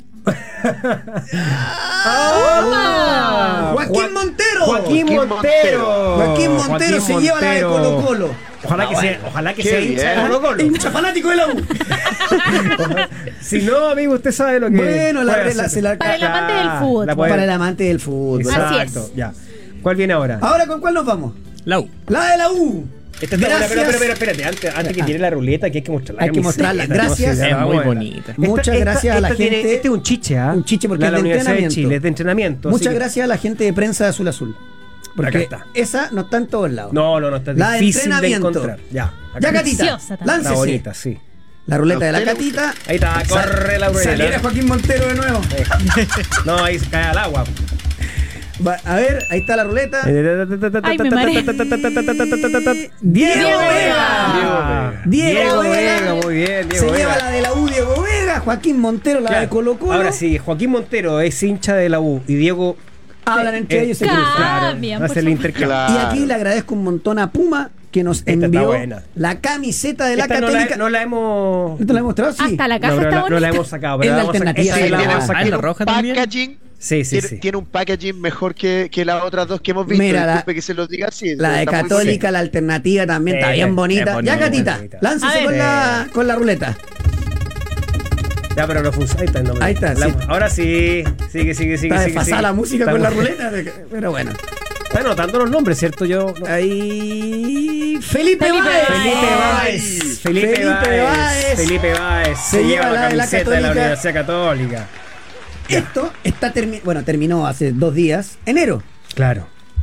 Ah, Joaquín Montero. Joaquín Montero. Joaquín Montero se lleva la de Colo Colo. Ojalá que Qué sea hincha de bien. Colo Colo. Hincha fanático de la U. Si no, amigo, usted sabe lo que. Bueno, la puede regla hacer. se la. Para el amante del fútbol. La puede- Para el amante del fútbol. Así Exacto, es. ya. ¿Cuál viene ahora? Ahora, ¿con cuál nos vamos? La U. La de la U. Esta está buena, Gracias. pero espérate, antes que tire la ruleta, que hay que mostrarla. Hay que mostrarla. Gracias. Es muy bonita. Muchas gracias a la gente. Este es un chiche, ¿ah? Un chiche porque la es de Universidad de entrenamiento. Chile, es de entrenamiento. Muchas así que- gracias a la gente de prensa de Azul Azul. Porque Acá está. esa no está en todos lados. No, está La de difícil de entrenamiento. encontrar. Ya, Ya, Catita, Preciosa también. láncese. Está bonita, sí. La ruleta de la ¿A usted le Catita. Ahí está, corre la Saliera ruleta. Joaquín Montero de nuevo. No, ahí se cae al agua. A ver, ahí está la ruleta. Ay, me mareé. Diego Vega. Diego Vega. Vega, muy bien, Diego Se lleva Vega. la de la U, Diego Vega. Joaquín Montero, la Claro. de Colo Colo. Ahora sí, Joaquín Montero es hincha de la U y Diego Hablan entre ellos y se Claro. cruzan. Cambian, por hace el favor. intercambio. Claro. Y aquí le agradezco un montón a Puma que nos Esta está envió buena. la camiseta de la Esta Católica. no la hemos. ¿No te la he mostrado? Sí. Hasta la caja no, está no bonita. la hemos sacado, Es pero la la vamos a sacar. alternativa Esta de la la- vamos a sacar. Ah, ¿la roja también? Packaging. Sí, sí, Tiene, sí. tiene un packaging mejor que las otras dos que hemos visto. Mira, Disculpe que se los diga así. La de está muy Católica, la alternativa también está bien bonita. es bonita, Ya, Catita, bonita. láncese A ver. con la ruleta. Ya, pero no funciona. Ahí está, no, Ahí está, sí. Ahora sí. Sigue. Está desfasada la música Está con la muy- ruleta. Pero bueno. Está anotando los nombres, ¿cierto? Yo. no- Ahí. Felipe Felipe Báez. Báez. Felipe Báez. Felipe Báez. Se lleva la de la camiseta de la Católica. Universidad Católica. Esto está terminó hace 2 días. Enero. Claro.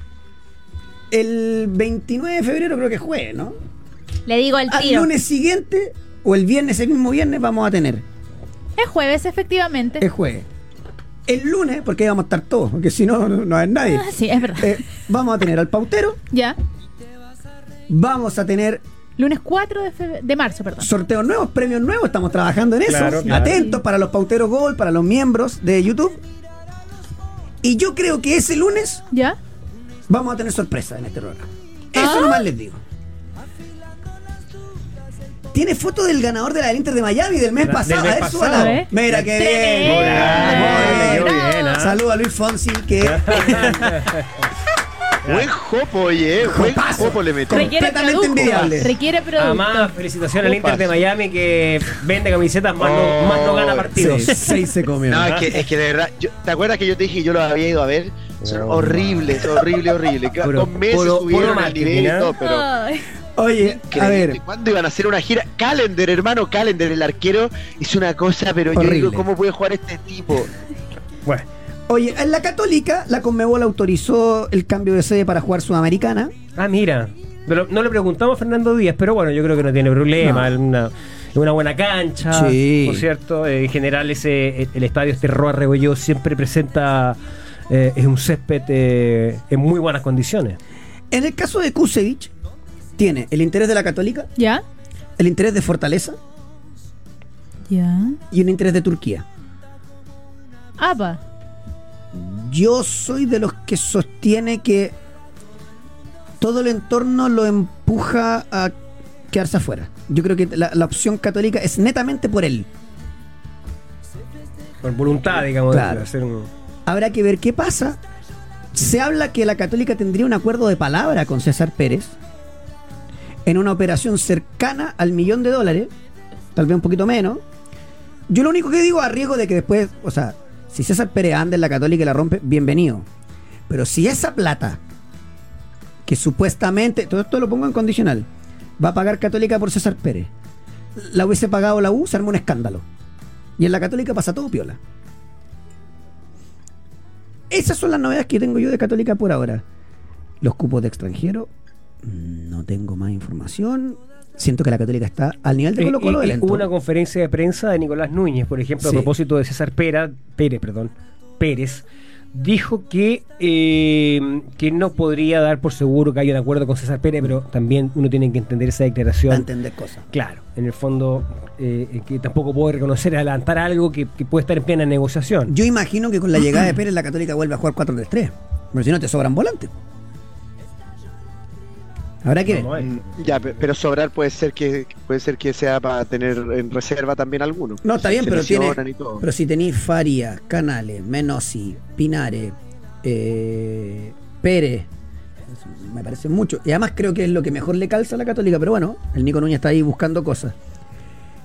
El 29 de febrero creo que es jueves, ¿no? Le digo al Al tiro. lunes siguiente o el viernes, el mismo viernes, vamos a tener. Es jueves, efectivamente. Es jueves. El lunes, porque ahí vamos a estar todos, porque si no, no hay nadie. Ah, sí, es verdad. Vamos a tener al pautero, Ya. vamos a tener Lunes 4 de marzo, perdón. sorteos nuevos, premios nuevos, estamos trabajando en eso. Claro, claro. Atentos para los pauteros Gol, para los miembros de YouTube. Y yo creo que ese lunes ¿Ya? vamos a tener sorpresa en este programa. Eso Ah. nomás les digo. Tiene foto del ganador de la Inter de Miami del mes Del pasado. mes A ver, pasado. súbala. A ver. Mira qué Tremendo. bien. Muy Muy bien, ¿ah? Saludos a Luis Fonsi, que Buen jopo, oye. Buen Jopazo. jopo le metió. Requiere completamente producto. envidiable. Requiere producto. Además, felicitaciones al Inter de Miami que vende camisetas, más no gana partidos. 6 se comió. No, es que de verdad, ¿te acuerdas que yo te dije que yo los había ido a ver? Son Oh, horribles. Puro- Con meses puro subieron el marketing, nivel y ¿eh? todo, pero Ay. Oye, a increíble. ver, ¿Cuándo iban a hacer una gira? Calendar, hermano, Calendar, el arquero hizo una cosa, pero yo Horrible. digo, ¿cómo puede jugar este tipo? Bueno, oye, en la Católica, la Conmebol autorizó el cambio de sede para jugar Sudamericana. mira. Pero no le preguntamos a Fernando Díaz, pero bueno, yo creo que no tiene problema. No. Es una buena cancha, Sí. por cierto. En general, el estadio Roa Rebolledo siempre presenta es un césped en muy buenas condiciones. En el caso de Kusevich, tiene el interés de la Católica, ¿Ya? el interés de Fortaleza ¿Ya? y un interés de Turquía. Apa. Yo soy de los que sostiene que todo el entorno lo empuja a quedarse afuera. Yo creo que la opción católica es netamente por él. Por voluntad, digamos, Claro. de hacer un. Habrá que ver qué pasa. Se habla que la Católica tendría un acuerdo de palabra con César Pérez en una operación cercana al $1.000.000, tal vez un poquito menos. Yo lo único que digo, a riesgo de que después, o sea, si César Pérez anda en la Católica y la rompe, bienvenido. Pero si esa plata, que supuestamente, todo esto lo pongo en condicional, va a pagar Católica por César Pérez, la hubiese pagado la U, se arma un escándalo. Y en la Católica pasa todo piola. Esas son las novedades que tengo yo de Católica por ahora. Los cupos de extranjero, no tengo más información. Siento que la Católica está al nivel de Colo Colo de lento. Hubo una conferencia de prensa de Nicolás Núñez, por ejemplo, Sí. a propósito de César Pérez, dijo que no podría dar por seguro que haya un acuerdo con César Pérez, pero también uno tiene que entender esa declaración. Para entender cosas. Claro, en el fondo, que tampoco puede reconocer, adelantar algo que puede estar en plena negociación. Yo imagino que con la llegada de Pérez la Católica vuelve a jugar 4-3-3. Porque si no te sobran volantes. Habrá que ver. Vamos a ver. Ya, pero sobrar puede ser que sea para tener en reserva también alguno. No, está bien, Se pero tiene. lesionan y todo. Pero si tenéis Faria, Canales, Menossi, Pinares, Pérez, me parece mucho. Y además creo que es lo que mejor le calza a la Católica. Pero bueno, el Nico Núñez está ahí buscando cosas.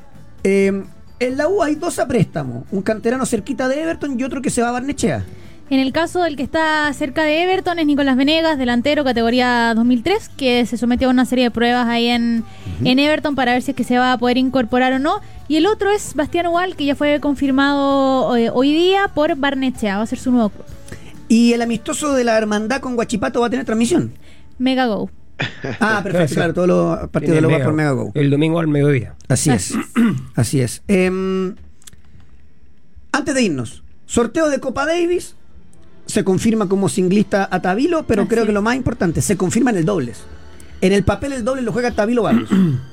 En la U hay 2 a préstamo. Un canterano cerquita de Everton y otro que se va a Barnechea. En el caso del que está cerca de Everton es Nicolás Venegas, delantero categoría 2003, que se sometió a una serie de pruebas ahí en Everton para ver si es que se va a poder incorporar o no. Y el otro es Bastián Ual, que ya fue confirmado hoy día por Barnechea, va a ser su nuevo club. Y el amistoso de la hermandad con Huachipato va a tener transmisión. Mega Go. Ah, perfecto, claro, todos los partidos de los por Mega Go. El domingo al mediodía. Así es. Así es. Antes de irnos, sorteo de Copa Davis. Se confirma como singlista a Tavilo, pero creo que lo más importante, se confirma en el dobles. En el papel el doble lo juega Tavilo Barrios.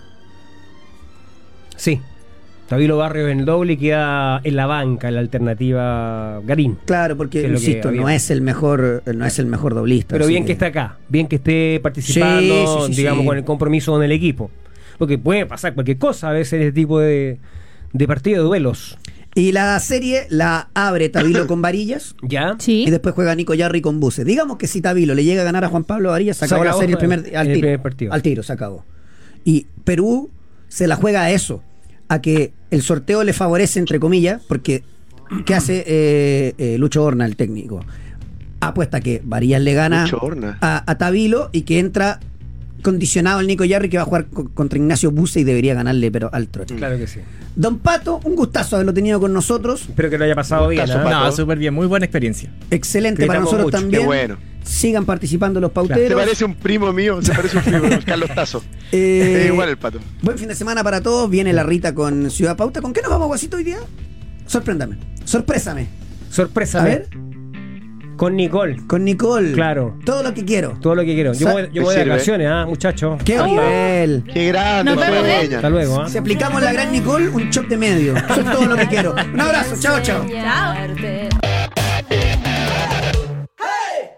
Sí. Tavilo Barrios en el doble y queda en la banca, en la alternativa Garín. Claro, porque insisto, no es el mejor doblista. Pero bien que está acá, bien que esté participando, digamos, con el compromiso con el equipo. Porque puede pasar cualquier cosa a veces en este tipo de partido de duelos. Y la serie la abre Tavilo con Varillas. ¿Ya? Sí. Y después juega Nico Yarri con Buce. Digamos que si Tavilo le llega a ganar a Juan Pablo Varillas, se acabó la serie el primer partido. Al tiro, se acabó. Y Perú se la juega a eso, a que el sorteo le favorece, entre comillas, porque ¿qué hace Lucho Horna, el técnico? Apuesta que Varillas le gana a Tavilo y que entra condicionado el Nico Yarri, que va a jugar contra Ignacio Buce y debería ganarle, pero al trote. Claro que sí. Don Pato, un gustazo haberlo tenido con nosotros. Espero que lo haya pasado bien. No, súper bien, muy buena experiencia. Excelente para nosotros mucho. También. Qué bueno. Sigan participando los pauteros. Se parece un primo mío, Carlos Tazo. Igual el Pato. Buen fin de semana para todos. Viene la Rita con Ciudad Pauta. ¿Con qué nos vamos, Guasito, hoy día? Sorpréndame. Sorprésame. Sorpresa. A ver. Con Nicole. Con Nicole. Claro. Todo lo que quiero. Todo lo que quiero. Yo voy de vacaciones, muchachos. ¡Qué nivel! ¡Qué grande! Nos vemos, Hasta luego. Si aplicamos la gran Nicole, un chop de medio. Eso es todo lo que quiero. Un abrazo. Chao, chao. Chao.